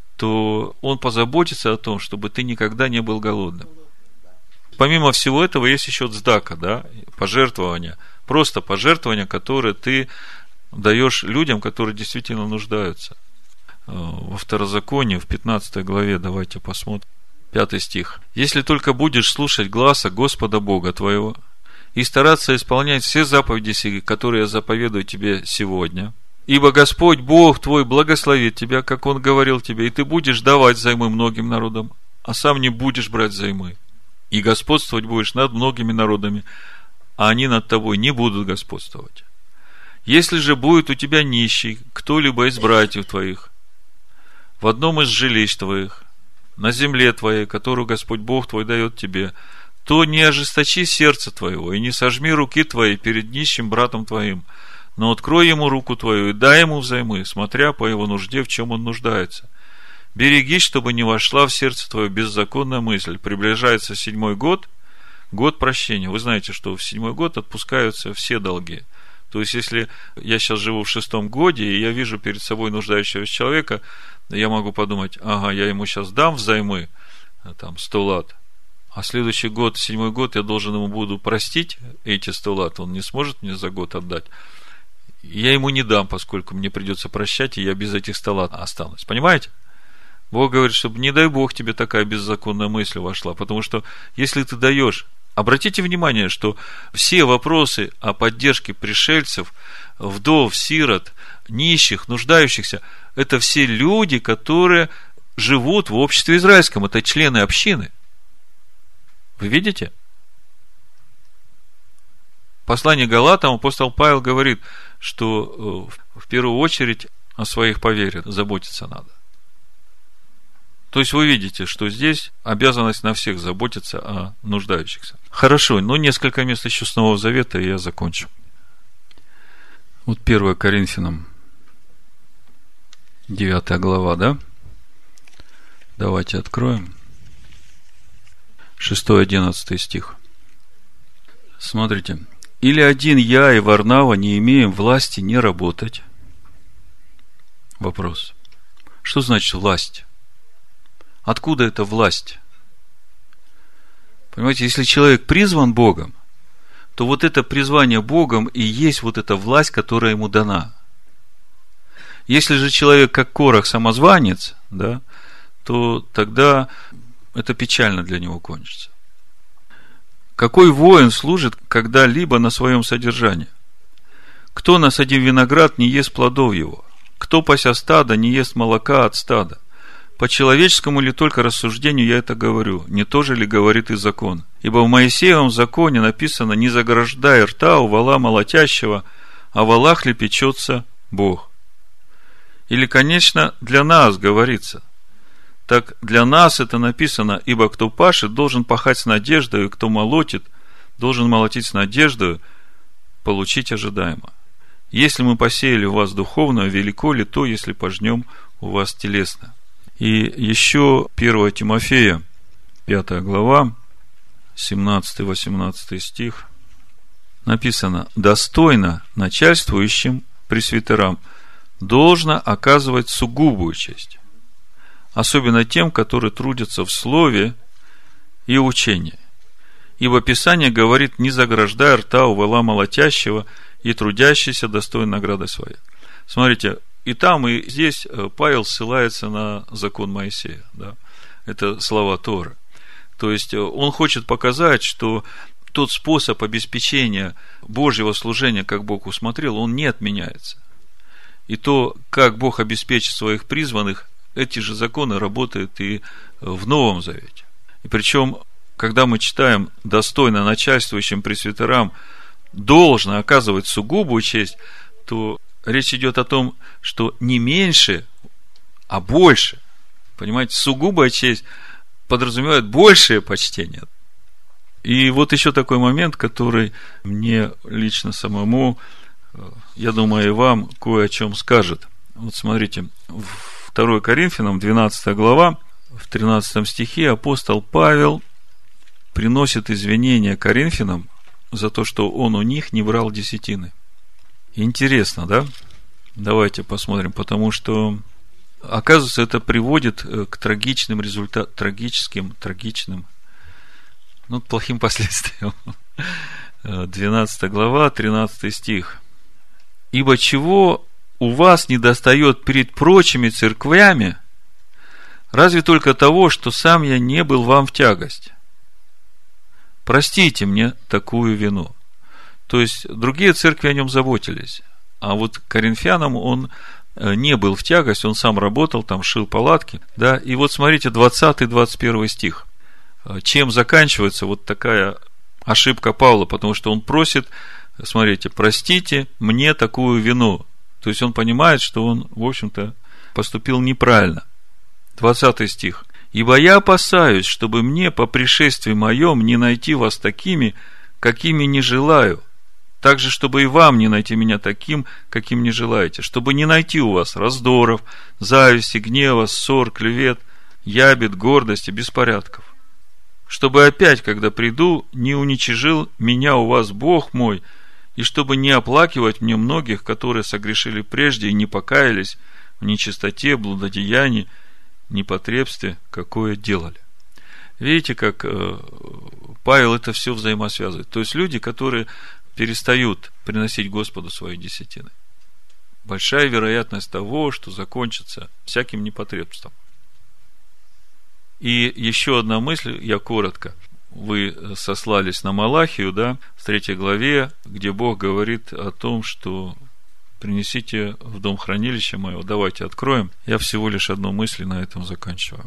то Он позаботится о том, чтобы ты никогда не был голодным. Помимо всего этого, есть еще цдака, да, пожертвования, просто пожертвования, которые ты даешь людям, которые действительно нуждаются. Во Второзаконии, в пятнадцатой главе, давайте посмотрим, пятый стих. «Если только будешь слушать гласа Господа Бога твоего и стараться исполнять все заповеди сии, которые я заповедую тебе сегодня, ибо Господь Бог твой благословит тебя, как Он говорил тебе, и ты будешь давать займы многим народам, а сам не будешь брать займы, и господствовать будешь над многими народами, а они над тобой не будут господствовать. Если же будет у тебя нищий кто-либо из братьев твоих в одном из жилищ твоих, на земле твоей, которую Господь Бог твой дает тебе, то не ожесточи сердце твоего и не сожми руки твоей перед нищим братом твоим, но открой ему руку твою и дай ему взаймы, смотря по его нужде, в чем он нуждается. Берегись, чтобы не вошла в сердце твое беззаконная мысль. Приближается седьмой год, год прощения. Вы знаете, что в седьмой год отпускаются все долги. То есть, если я сейчас живу в шестом годе, и я вижу перед собой нуждающегося человека, я могу подумать: ага, я ему сейчас дам взаймы, там, сто лат, а следующий год, седьмой год, я должен ему буду простить эти сто лат, он не сможет мне за год отдать. Я ему не дам, поскольку мне придется прощать, и я без этих ста лат останусь. Понимаете? Бог говорит, чтобы, не дай Бог, тебе такая беззаконная мысль вошла, потому что если ты даешь, обратите внимание, что все вопросы о поддержке пришельцев, вдов, сирот, нищих, нуждающихся, это все люди, которые живут в обществе израильском, это члены общины. Вы видите? В послании Галатам апостол Павел говорит, что в первую очередь о своих по вере заботиться надо. То есть вы видите, что здесь обязанность на всех заботиться о нуждающихся. Хорошо, но несколько мест еще с Нового Завета, и я закончу. Вот первое Коринфянам, девятая глава, да? Давайте откроем. шестой-одиннадцатый стих. Смотрите. Или один я и Варнава не имеем власти не работать? Вопрос. Что значит власть? Откуда эта власть? Понимаете, если человек призван Богом, то вот это призвание Богом и есть вот эта власть, которая ему дана. Если же человек, как Корах, самозванец, да, то тогда это печально для него кончится. Какой воин служит когда-либо на своем содержании? Кто, насадив виноград, не ест плодов его? Кто, пася стада, не ест молока от стада? По человеческому ли только рассуждению я это говорю? Не то же ли говорит и закон? Ибо в Моисеевом законе написано: не заграждай рта у вола молотящего, а в волах ли печется Бог? Или, конечно, для нас говорится. Так для нас это написано: ибо кто пашет, должен пахать с надеждой, и кто молотит, должен молотить с надеждой, получить ожидаемо. Если мы посеяли у вас духовное, велико ли то, если пожнем у вас телесно? И еще первое Тимофея, пятая глава, семнадцатый-восемнадцатый стих, написано: достойно начальствующим пресвитерам должно оказывать сугубую честь, особенно тем, которые трудятся в слове и учении. Ибо Писание говорит: не заграждай рта у вола молотящего, и трудящийся достоин награды своей. Смотрите, и там, и здесь Павел ссылается на закон Моисея. Да? Это слова Торы. То есть он хочет показать, что тот способ обеспечения Божьего служения, как Бог усмотрел, он не отменяется. И то, как Бог обеспечит своих призванных, эти же законы работают и в Новом Завете. И причем, когда мы читаем: достойно начальствующим пресвитерам должно оказывать сугубую честь, то речь идет о том, что не меньше, а больше. Понимаете, сугубая честь подразумевает большее почтение. И вот еще такой момент, который мне лично самому, я думаю, и вам кое о чем скажет. Вот смотрите, второе Коринфянам, двенадцатая глава, в тринадцатом стихе апостол Павел приносит извинения Коринфянам за то, что он у них не брал десятины. Интересно, да? Давайте посмотрим, потому что, оказывается, это приводит к трагичным результатам, трагическим, трагичным, ну, плохим последствиям. двенадцатая глава, тринадцатый стих. Ибо чего у вас недостает перед прочими церквями, разве только того, что сам я не был вам в тягость. Простите мне такую вину. То есть, другие церкви о нем заботились. А вот коринфянам он не был в тягость, он сам работал, там шил палатки. Да? И вот смотрите, двадцатый-двадцать первый стих. Чем заканчивается вот такая ошибка Павла? Потому что он просит, смотрите, простите мне такую вину. То есть, он понимает, что он, в общем-то, поступил неправильно. двадцатый стих. Ибо я опасаюсь, чтобы мне по пришествии моем не найти вас такими, какими не желаю. Также, чтобы и вам не найти меня таким, каким не желаете. Чтобы не найти у вас раздоров, зависти, гнева, ссор, клевет, ябед, гордости, беспорядков. Чтобы опять, когда приду, не уничижил меня у вас Бог мой, и чтобы не оплакивать мне многих, которые согрешили прежде и не покаялись в нечистоте, блудодеянии, непотребстве, какое делали. Видите, как э, Павел это все взаимосвязывает. То есть, люди, которые перестают приносить Господу свои десятины. Большая вероятность того, что закончится всяким непотребством. И еще одна мысль, я коротко. Вы сослались на Малахию, да, в третьей главе, где Бог говорит о том, что принесите в дом хранилища моего. Давайте откроем. Я всего лишь одну мысль на этом заканчиваю.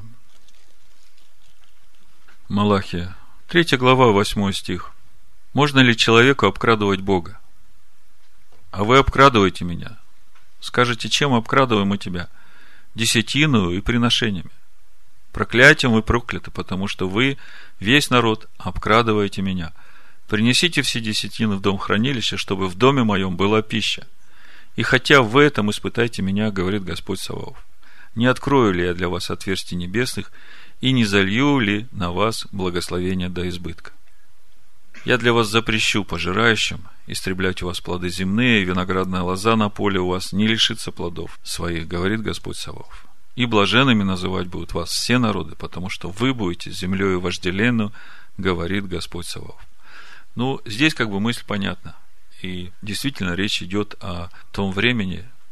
Малахия, третья глава, восьмой стих. Можно ли человеку обкрадывать Бога? А вы обкрадываете меня. Скажете, чем обкрадываем мы тебя? Десятину и приношениями. Проклятием вы прокляты, потому что вы, весь народ, обкрадываете меня. Принесите все десятины в дом хранилища, чтобы в доме моем была пища. И хотя в этом испытайте меня, говорит Господь Саваоф. Не открою ли я для вас отверстий небесных, и не залью ли на вас благословение до избытка? Я для вас запрещу пожирающим истреблять у вас плоды земные, и виноградная лоза на поле у вас не лишится плодов своих, говорит Господь Саваоф. И блаженными называть будут вас все народы, потому что вы будете землею вожделенную, говорит Господь Саваоф. Ну, здесь как бы мысль понятна. И действительно речь идет о том времени,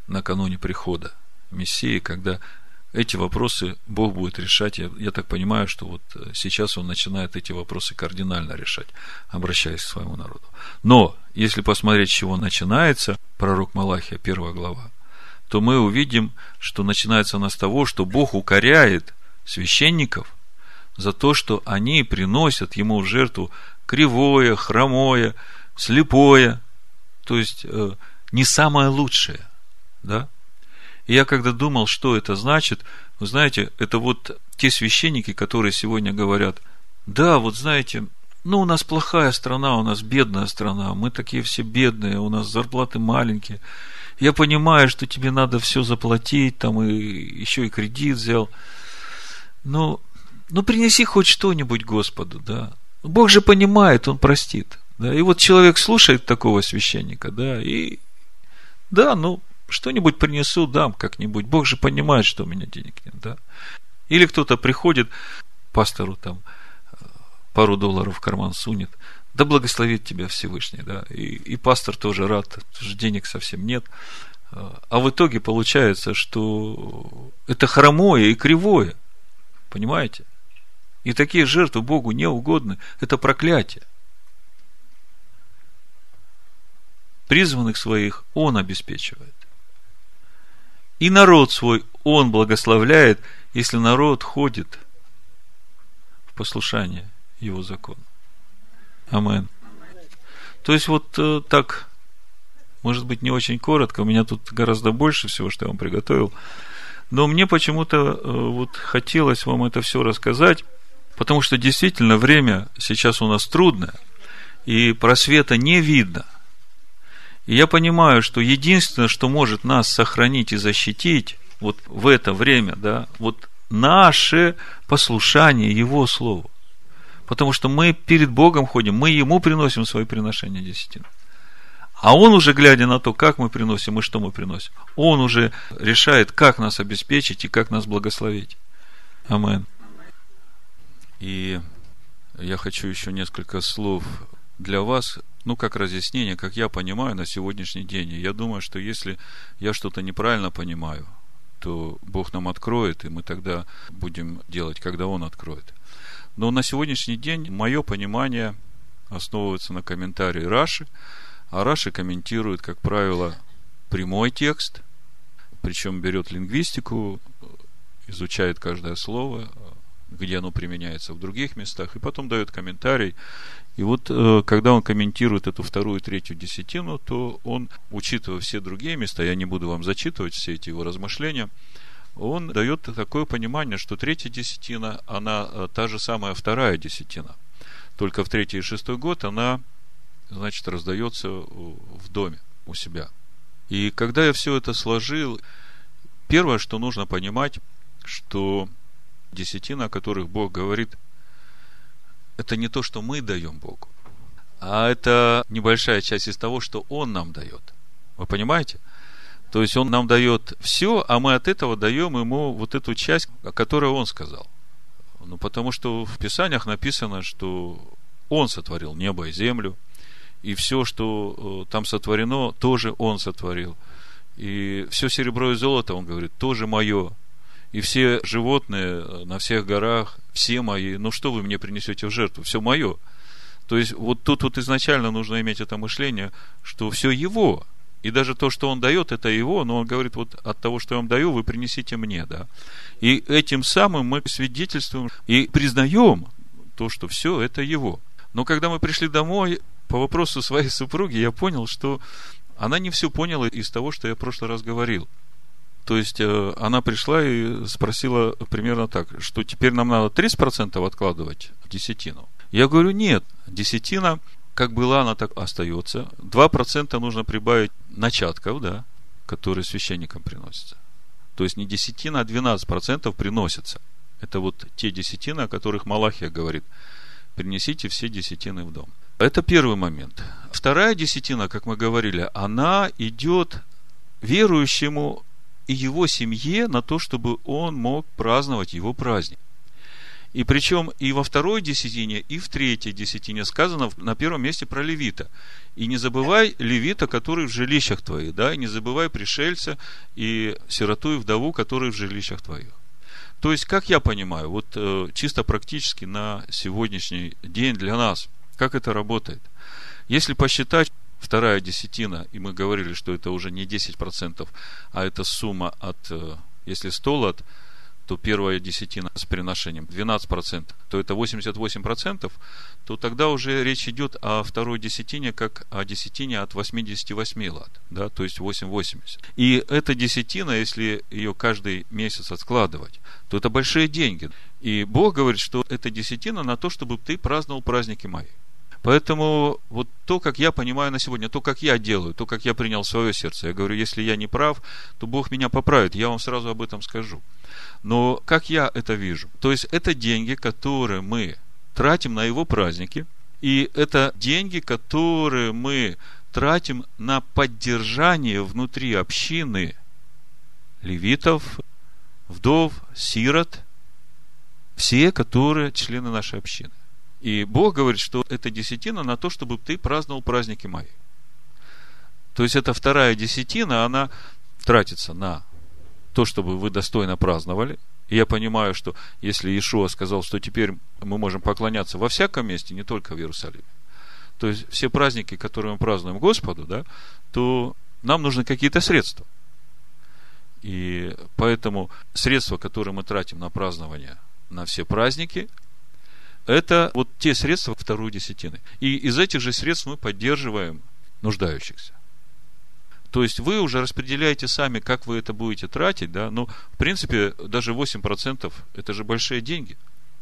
накануне прихода Мессии, когда эти вопросы Бог будет решать. Я, я так понимаю, что вот сейчас Он начинает эти вопросы кардинально решать, обращаясь к своему народу. Но, если посмотреть, с чего начинается пророк Малахия, первая глава, то мы увидим, что начинается она с того, что Бог укоряет священников за то, что они приносят Ему в жертву кривое, хромое, слепое, то есть не самое лучшее, да? И я когда думал, что это значит, вы знаете, это вот те священники, которые сегодня говорят: да, вот знаете, ну у нас плохая страна, у нас бедная страна, мы такие все бедные, у нас зарплаты маленькие. Я понимаю, что тебе надо все заплатить, там и еще и кредит взял. Ну, ну принеси хоть что-нибудь Господу, да. Бог же понимает, Он простит. Да? И вот человек слушает такого священника, да, и да, ну, что-нибудь принесу, дам как-нибудь. Бог же понимает, что у меня денег нет, да. Или кто-то приходит, пастору там пару долларов в карман сунет, да благословит тебя Всевышний, да. И, и пастор тоже рад, потому что денег совсем нет. А в итоге получается, что это хромое и кривое. Понимаете? И такие жертвы Богу не угодны. Это проклятие. Призванных своих Он обеспечивает. И народ свой Он благословляет, если народ ходит в послушание Его закону. Амин. То есть, вот так, может быть, не очень коротко, у меня тут гораздо больше всего, что я вам приготовил, но мне почему-то вот хотелось вам это все рассказать, потому что действительно время сейчас у нас трудное, и просвета не видно. И я понимаю, что единственное, что может нас сохранить и защитить вот в это время, да, вот наше послушание Его Слову. Потому что мы перед Богом ходим, мы Ему приносим свои приношения десятины. А Он уже, глядя на то, как мы приносим и что мы приносим, Он уже решает, как нас обеспечить и как нас благословить. Амин. И я хочу еще несколько слов для вас, ну, как разъяснение, как я понимаю на сегодняшний день. И я думаю, что если я что-то неправильно понимаю, то Бог нам откроет, и мы тогда будем делать, когда Он откроет. Но на сегодняшний день мое понимание основывается на комментарии Раши, а Раши комментирует, как правило, прямой текст, причем берет лингвистику, изучает каждое слово, где оно применяется в других местах, и потом дает комментарий. И вот, когда он комментирует эту вторую и третью десятину, то он, учитывая все другие места, я не буду вам зачитывать все эти его размышления, он дает такое понимание, что третья десятина, она та же самая вторая десятина. Только в третий и шестой год она, значит, раздается в доме у себя. И когда я все это сложил, первое, что нужно понимать, что десятина, о которых Бог говорит, это не то, что мы даем Богу, а это небольшая часть из того, что Он нам дает. Вы понимаете? То есть Он нам дает все, а мы от этого даем Ему вот эту часть, о которой Он сказал. Ну, потому что в Писаниях написано, что Он сотворил небо и землю, и все, что там сотворено, тоже Он сотворил. И все серебро и золото, Он говорит, тоже мое. И все животные на всех горах, все мои. Ну, что вы мне принесете в жертву? Все мое. То есть, вот тут вот изначально нужно иметь это мышление, что все Его. И даже то, что Он дает, это Его, но Он говорит, вот от того, что я вам даю, вы принесите мне, да. И этим самым мы свидетельствуем и признаем то, что все это Его. Но когда мы пришли домой, по вопросу своей супруги, я понял, что она не все поняла из того, что я в прошлый раз говорил. То есть, она пришла и спросила примерно так, что теперь нам надо тридцать процентов откладывать в десятину. Я говорю, нет, десятина, как была, она так остается. два процента нужно прибавить начатков, да, которые священникам приносятся. То есть, не десятина, а двенадцать процентов приносятся. Это вот те десятины, о которых Малахия говорит. Принесите все десятины в дом. Это первый момент. Вторая десятина, как мы говорили, она идет верующему и его семье на то, чтобы он мог праздновать его праздник. И причем и во второй десятине, и в третьей десятине сказано на первом месте про левита. И не забывай левита, который в жилищах твоих, да, и не забывай пришельца и сироту и вдову, которые в жилищах твоих. То есть, как я понимаю, вот э, чисто практически на сегодняшний день для нас, как это работает? Если посчитать вторая десятина, и мы говорили, что это уже не десять процентов, а это сумма от, э, если сто лат, то первая десятина с приношением двенадцать процентов, то это восемьдесят восемь процентов, то тогда уже речь идет о второй десятине, как о десятине от восемьдесят восемь лат, да, то есть восемь восемьдесят. И эта десятина, если ее каждый месяц откладывать, то это большие деньги. И Бог говорит, что эта десятина на то, чтобы ты праздновал праздники мои. Поэтому вот то, как я понимаю на сегодня, то, как я делаю, то, как я принял в свое сердце, я говорю, если я не прав, то Бог меня поправит, я вам сразу об этом скажу. Но как я это вижу? То есть это деньги, которые мы тратим на его праздники, и это деньги, которые мы тратим на поддержание внутри общины левитов, вдов, сирот, все, которые члены нашей общины. И Бог говорит, что это десятина на то, чтобы ты праздновал праздники мои. То есть эта вторая десятина, она тратится на то, чтобы вы достойно праздновали. И я понимаю, что если Иешуа сказал, что теперь мы можем поклоняться во всяком месте, не только в Иерусалиме, то есть все праздники, которые мы празднуем Господу, да, то нам нужны какие-то средства. И поэтому средства, которые мы тратим на празднование, на все праздники, это вот те средства второй десятины. И из этих же средств мы поддерживаем нуждающихся. То есть вы уже распределяете сами, как вы это будете тратить, да, но в принципе даже восемь процентов это же большие деньги.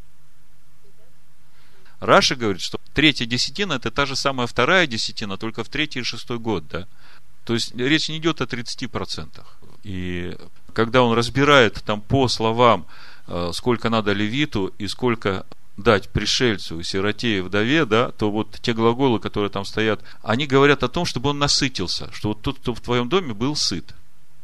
Раши говорит, что третья десятина это та же самая вторая десятина, только в третий и шестой год, да. То есть речь не идет о тридцати процентах. И когда он разбирает там по словам, сколько надо левиту и сколько дать пришельцу, сироте и вдове, да, то вот те глаголы, которые там стоят, они говорят о том, чтобы он насытился, что вот тот, кто в твоем доме, был сыт.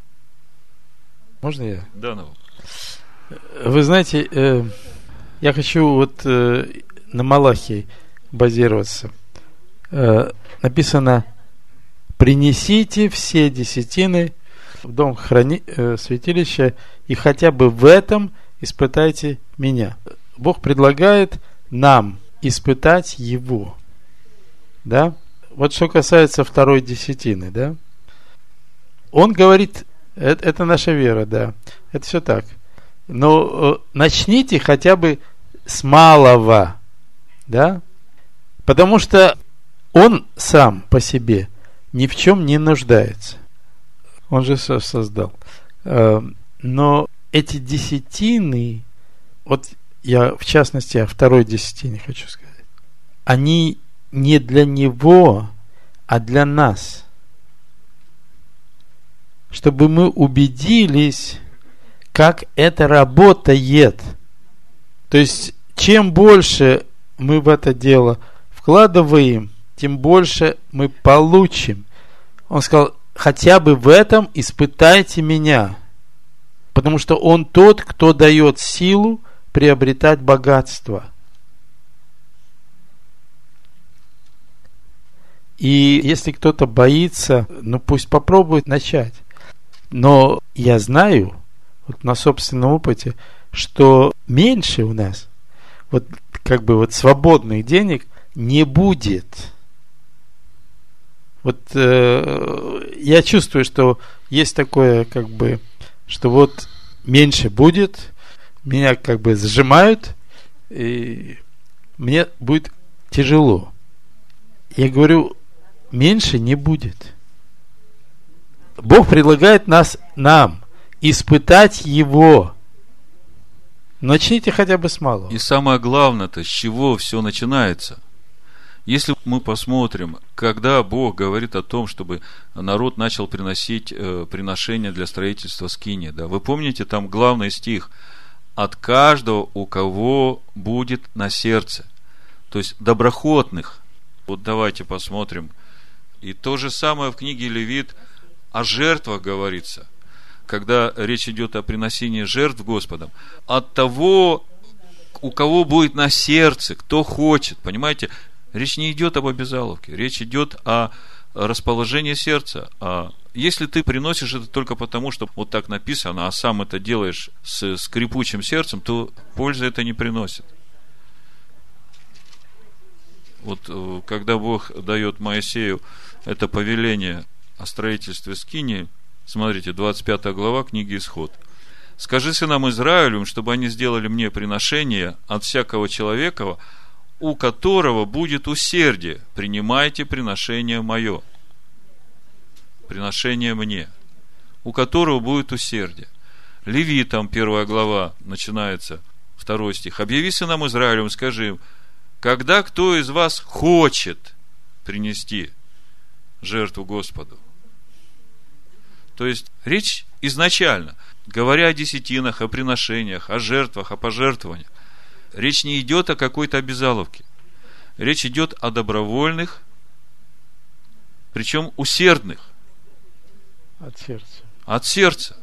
Можно я? Да, ну. Вы знаете, э, я хочу вот э, на Малахии базироваться. Э, написано: принесите все десятины в дом храни, э, святилища, и хотя бы в этом испытайте меня. Бог предлагает нам испытать Его. Да? Вот что касается второй десятины, да? Он говорит, это, это наша вера, да. Это все так. Но э, начните хотя бы с малого, да? Потому что он сам по себе ни в чем не нуждается. Он же все создал. Э, но эти десятины, вот я, в частности, о второй десятине хочу сказать. Они не для него, а для нас. Чтобы мы убедились, как это работает. То есть, чем больше мы в это дело вкладываем, тем больше мы получим. Он сказал, хотя бы в этом испытайте меня. Потому что он тот, кто дает силу приобретать богатство. И если кто-то боится, ну пусть попробует начать. Но я знаю, вот на собственном опыте, что меньше у нас вот как бы вот свободных денег не будет. Вот э, я чувствую, что есть такое как бы, что вот меньше будет, меня как бы сжимают, и мне будет тяжело. Я говорю, меньше не будет. Бог предлагает нас, нам испытать Его. Начните хотя бы с малого. И самое главное-то, с чего все начинается. Если мы посмотрим, когда Бог говорит о том, чтобы народ начал приносить э, приношения для строительства скинии, да, вы помните, там главный стих: от каждого, у кого будет на сердце. То есть доброхотных. Вот давайте посмотрим. И то же самое в книге Левит о жертвах говорится. Когда речь идет о приносении жертв Господом. От того, у кого будет на сердце, кто хочет, понимаете? Речь не идет об обязаловке, речь идет о расположении сердца. А если ты приносишь это только потому, что вот так написано, а сам это делаешь с скрипучим сердцем, то пользы это не приносит. Вот когда Бог дает Моисею это повеление о строительстве скинии, смотрите, двадцать пятая глава книги Исход. «Скажи сынам Израилевым, чтобы они сделали мне приношение от всякого человека, у которого будет усердие, принимайте приношение мое». Приношение мне, у которого будет усердие. Левитам, первая глава, начинается, второй стих. «Объяви сынам Израилевым, скажи им, когда кто из вас хочет принести жертву Господу». То есть, речь изначально, говоря о десятинах, о приношениях, о жертвах, о пожертвованиях, речь не идет о какой-то обязаловке. Речь идет о добровольных, причем усердных. От сердца. От сердца.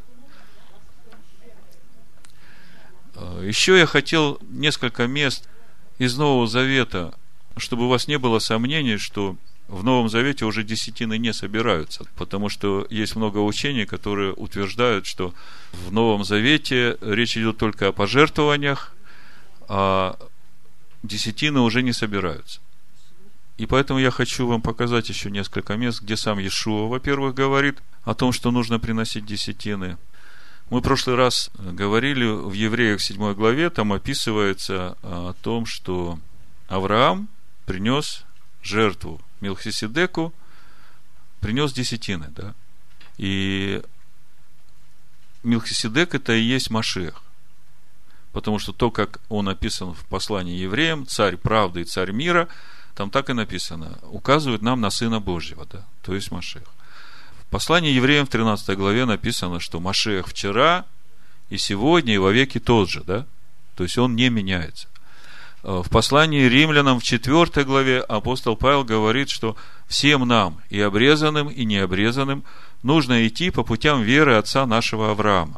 Еще я хотел несколько мест из Нового Завета, чтобы у вас не было сомнений, что в Новом Завете уже десятины не собираются, потому что есть много учений, которые утверждают, что в Новом Завете речь идет только о пожертвованиях, а десятины уже не собираются. И поэтому я хочу вам показать еще несколько мест, где сам Иешуа, во-первых, говорит о том, что нужно приносить десятины. Мы в прошлый раз говорили в Евреях седьмой главе, там описывается о том, что Авраам принес жертву Мелхиседеку, принес десятины, да? И Мелхиседек это и есть Машиах. Потому что то, как он описан в послании евреям, царь правды и царь мира, там так и написано, указывает нам на Сына Божьего, да, то есть Машиах. В послании евреям в тринадцатой главе написано, что Машиах вчера и сегодня и вовеки тот же, да, то есть он не меняется. В послании римлянам в четвёртой главе апостол Павел говорит, что всем нам, и обрезанным, и необрезанным, нужно идти по путям веры отца нашего Авраама.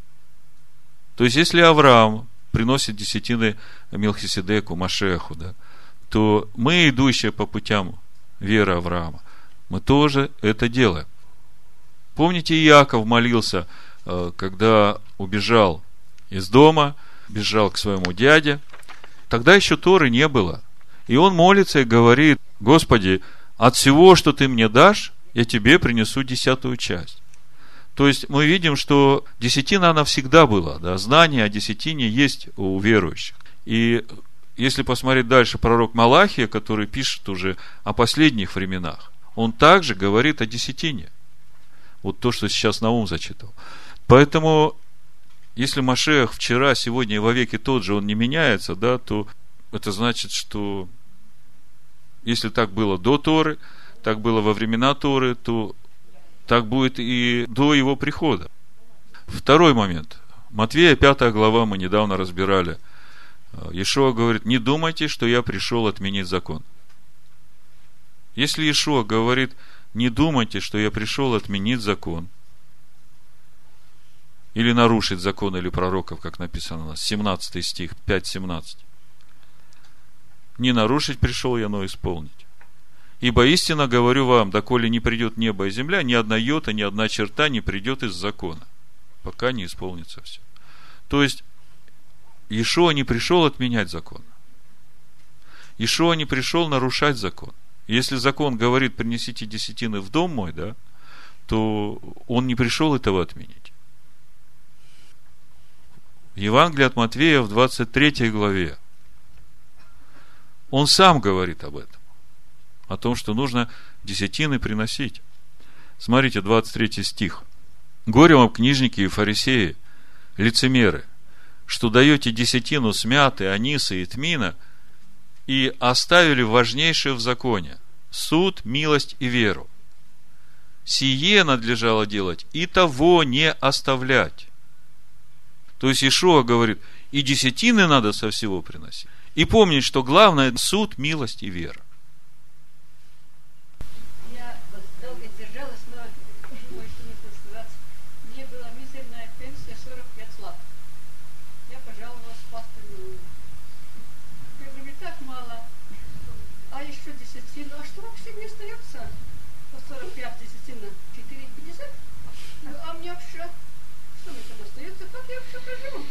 То есть, если Авраам приносит десятины Мелхиседеку, Машиаху, да, то мы, идущие по путям веры Авраама, мы тоже это делаем. Помните, Иаков молился, когда убежал из дома, бежал к своему дяде. Тогда еще Торы не было. И он молится и говорит: Господи, от всего, что ты мне дашь, я тебе принесу десятую часть. То есть мы видим, что десятина, она всегда была, да? Знание о десятине есть у верующих. И если посмотреть дальше, пророк Малахия, который пишет уже о последних временах, он также говорит о десятине. Вот то, что сейчас Наум зачитал. Поэтому, если Машиах вчера, сегодня и вовеки тот же, он не меняется, да, то это значит, что если так было до Торы, так было во времена Торы, то так будет и до его прихода. Второй момент. Матвея пятая глава мы недавно разбирали. Иешуа говорит: не думайте, что я пришел отменить закон. Если Иешуа говорит: не думайте, что я пришел отменить закон или нарушить закон или пророков, как написано у нас, семнадцатый стих, пять семнадцать. Не нарушить пришел я, но исполнить. Ибо истинно говорю вам, доколе не придет небо и земля, ни одна йота, ни одна черта не придет из закона, пока не исполнится все. То есть Иешуа не пришел отменять закон. Иешуа не пришел нарушать закон. Если закон говорит: принесите десятины в дом мой, да, то он не пришел этого отменить. В Евангелии от Матвея в двадцать третьей главе он сам говорит об этом, о том, что нужно десятины приносить. Смотрите, двадцать третий стих. Горе вам, книжники и фарисеи, лицемеры, что даете десятину с мяты, аниса и тмина, и оставили важнейшее в законе – суд, милость и веру. Сие надлежало делать, и того не оставлять. То есть Иешуа говорит: и десятины надо со всего приносить. И помнить, что главное – суд, милость и вера. Я долго держалась, но мой сын сказал, мне была мизерная пенсия сорок пять лат. Я пожаловалась в пасторную если мне остается по сорок пять десятин на четыре пятьдесят, ну, а мне вообще, что мне там остается, как я вообще проживу?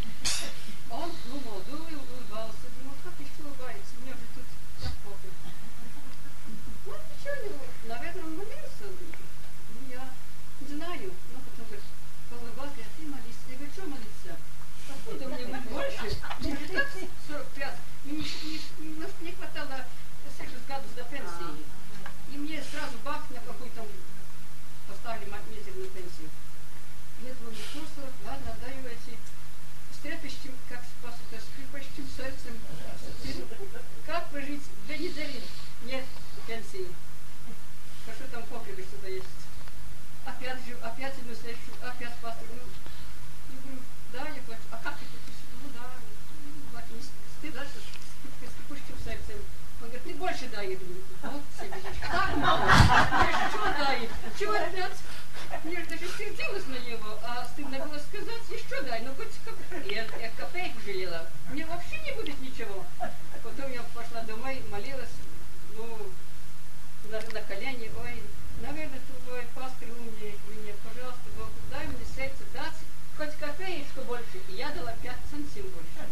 А он, ну, молодой, улыбался, думал, как еще улыбается, мне же тут так плохо. Ну, ничего, не, наверное, он молился, ну, я не знаю, ну, потом говорит, улыбался, а ты молись, я говорю, что молиться? Откуда мне быть больше? Мне же так сорок пять, мне не, не, не хватало шестьдесят градусов до пенсии. И мне сразу бах на какую-то поставили мизерную пенсию. Я думаю, просто, ладно, отдаю эти с трепещущим, как с скрипящим сердцем. Как прожить две недели? Нет пенсии. Хорошо, там погребе что-то есть. Опять же, опять иду слышу, опять пастор, ну, я говорю, да, я плачу. А как ты платишь? Ну да, плачу. Ты дальше с скрипящим сердцем. Он говорит, ты больше дай, я думаю, вот себе, так мало, я что дай, чего опять? Мне же даже сердилась на него, а стыдно было сказать, еще дай, ну хоть как, я, я копейку жалела, мне вообще не будет ничего. Потом я пошла домой, молилась, ну, на, на колени, ой, наверное, твой пастор умнее меня, пожалуйста, Бог, дай мне сердце дать, хоть копеечку больше, и я дала пять сантим больше.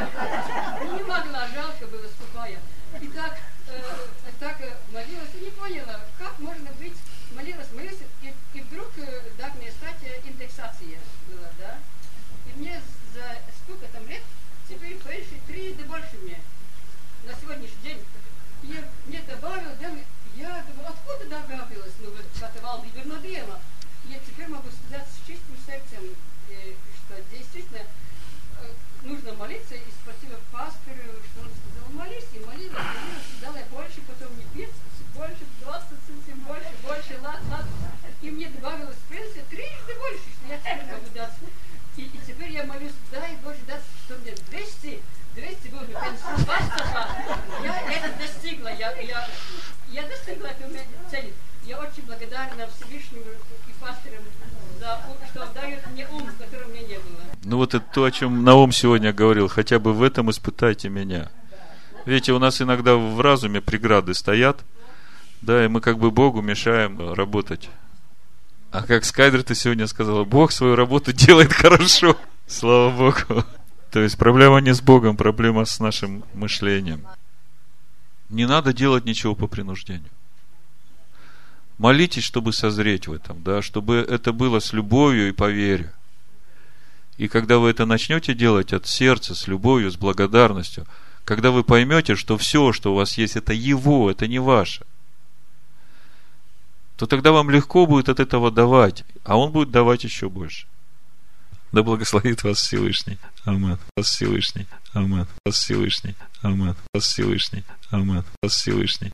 Не могла, жалко было, скупая. И так, э, так э, молилась и не поняла, как можно быть, молилась, молилась, и, и вдруг э, давняя статья индексация была, да? И мне за сколько там лет, теперь поищи трижды больше мне на сегодняшний день. И мне добавил, да, я думаю, откуда добавилось, ну, вот, катавал Вернодема. Я теперь могу сказать с чистым сердцем, э, что действительно э, нужно молиться, и спасибо пастору, что он сказал, молись, и молилась, молилась, и дала больше, потом не пить, больше, двадцать сантим, больше, больше, лад, лад. И мне добавилась пенсия трижды больше, что я теперь могу дать. И, и теперь я молюсь, дай Боже, дать, что мне двести, двести было бы пенсию, двадцать лад. Я это достигла, я, я, я достигла этой цели. Я очень благодарна Всевышнему и пасторам за что он дает мне ум, которого у меня не было. Ну вот это то, о чем Наум сегодня говорил. Хотя бы в этом испытайте меня. Видите, у нас иногда в разуме преграды стоят, да, и мы как бы Богу мешаем работать. А как Скайдер ты сегодня сказала, Бог свою работу делает хорошо. Слава Богу. То есть проблема не с Богом, проблема с нашим мышлением. Не надо делать ничего по принуждению. Молитесь, чтобы созреть в этом, да, чтобы это было с любовью и по вере. И когда вы это начнете делать от сердца, с любовью, с благодарностью, когда вы поймете, что все, что у вас есть, это Его, это не ваше, то тогда вам легко будет от этого давать, а Он будет давать еще больше. Да благословит вас Всевышний. Амин. Вас Всевышний. Амин. Вас Всевышний. Амин. Вас Всевышний. Амин. Вас Всевышний.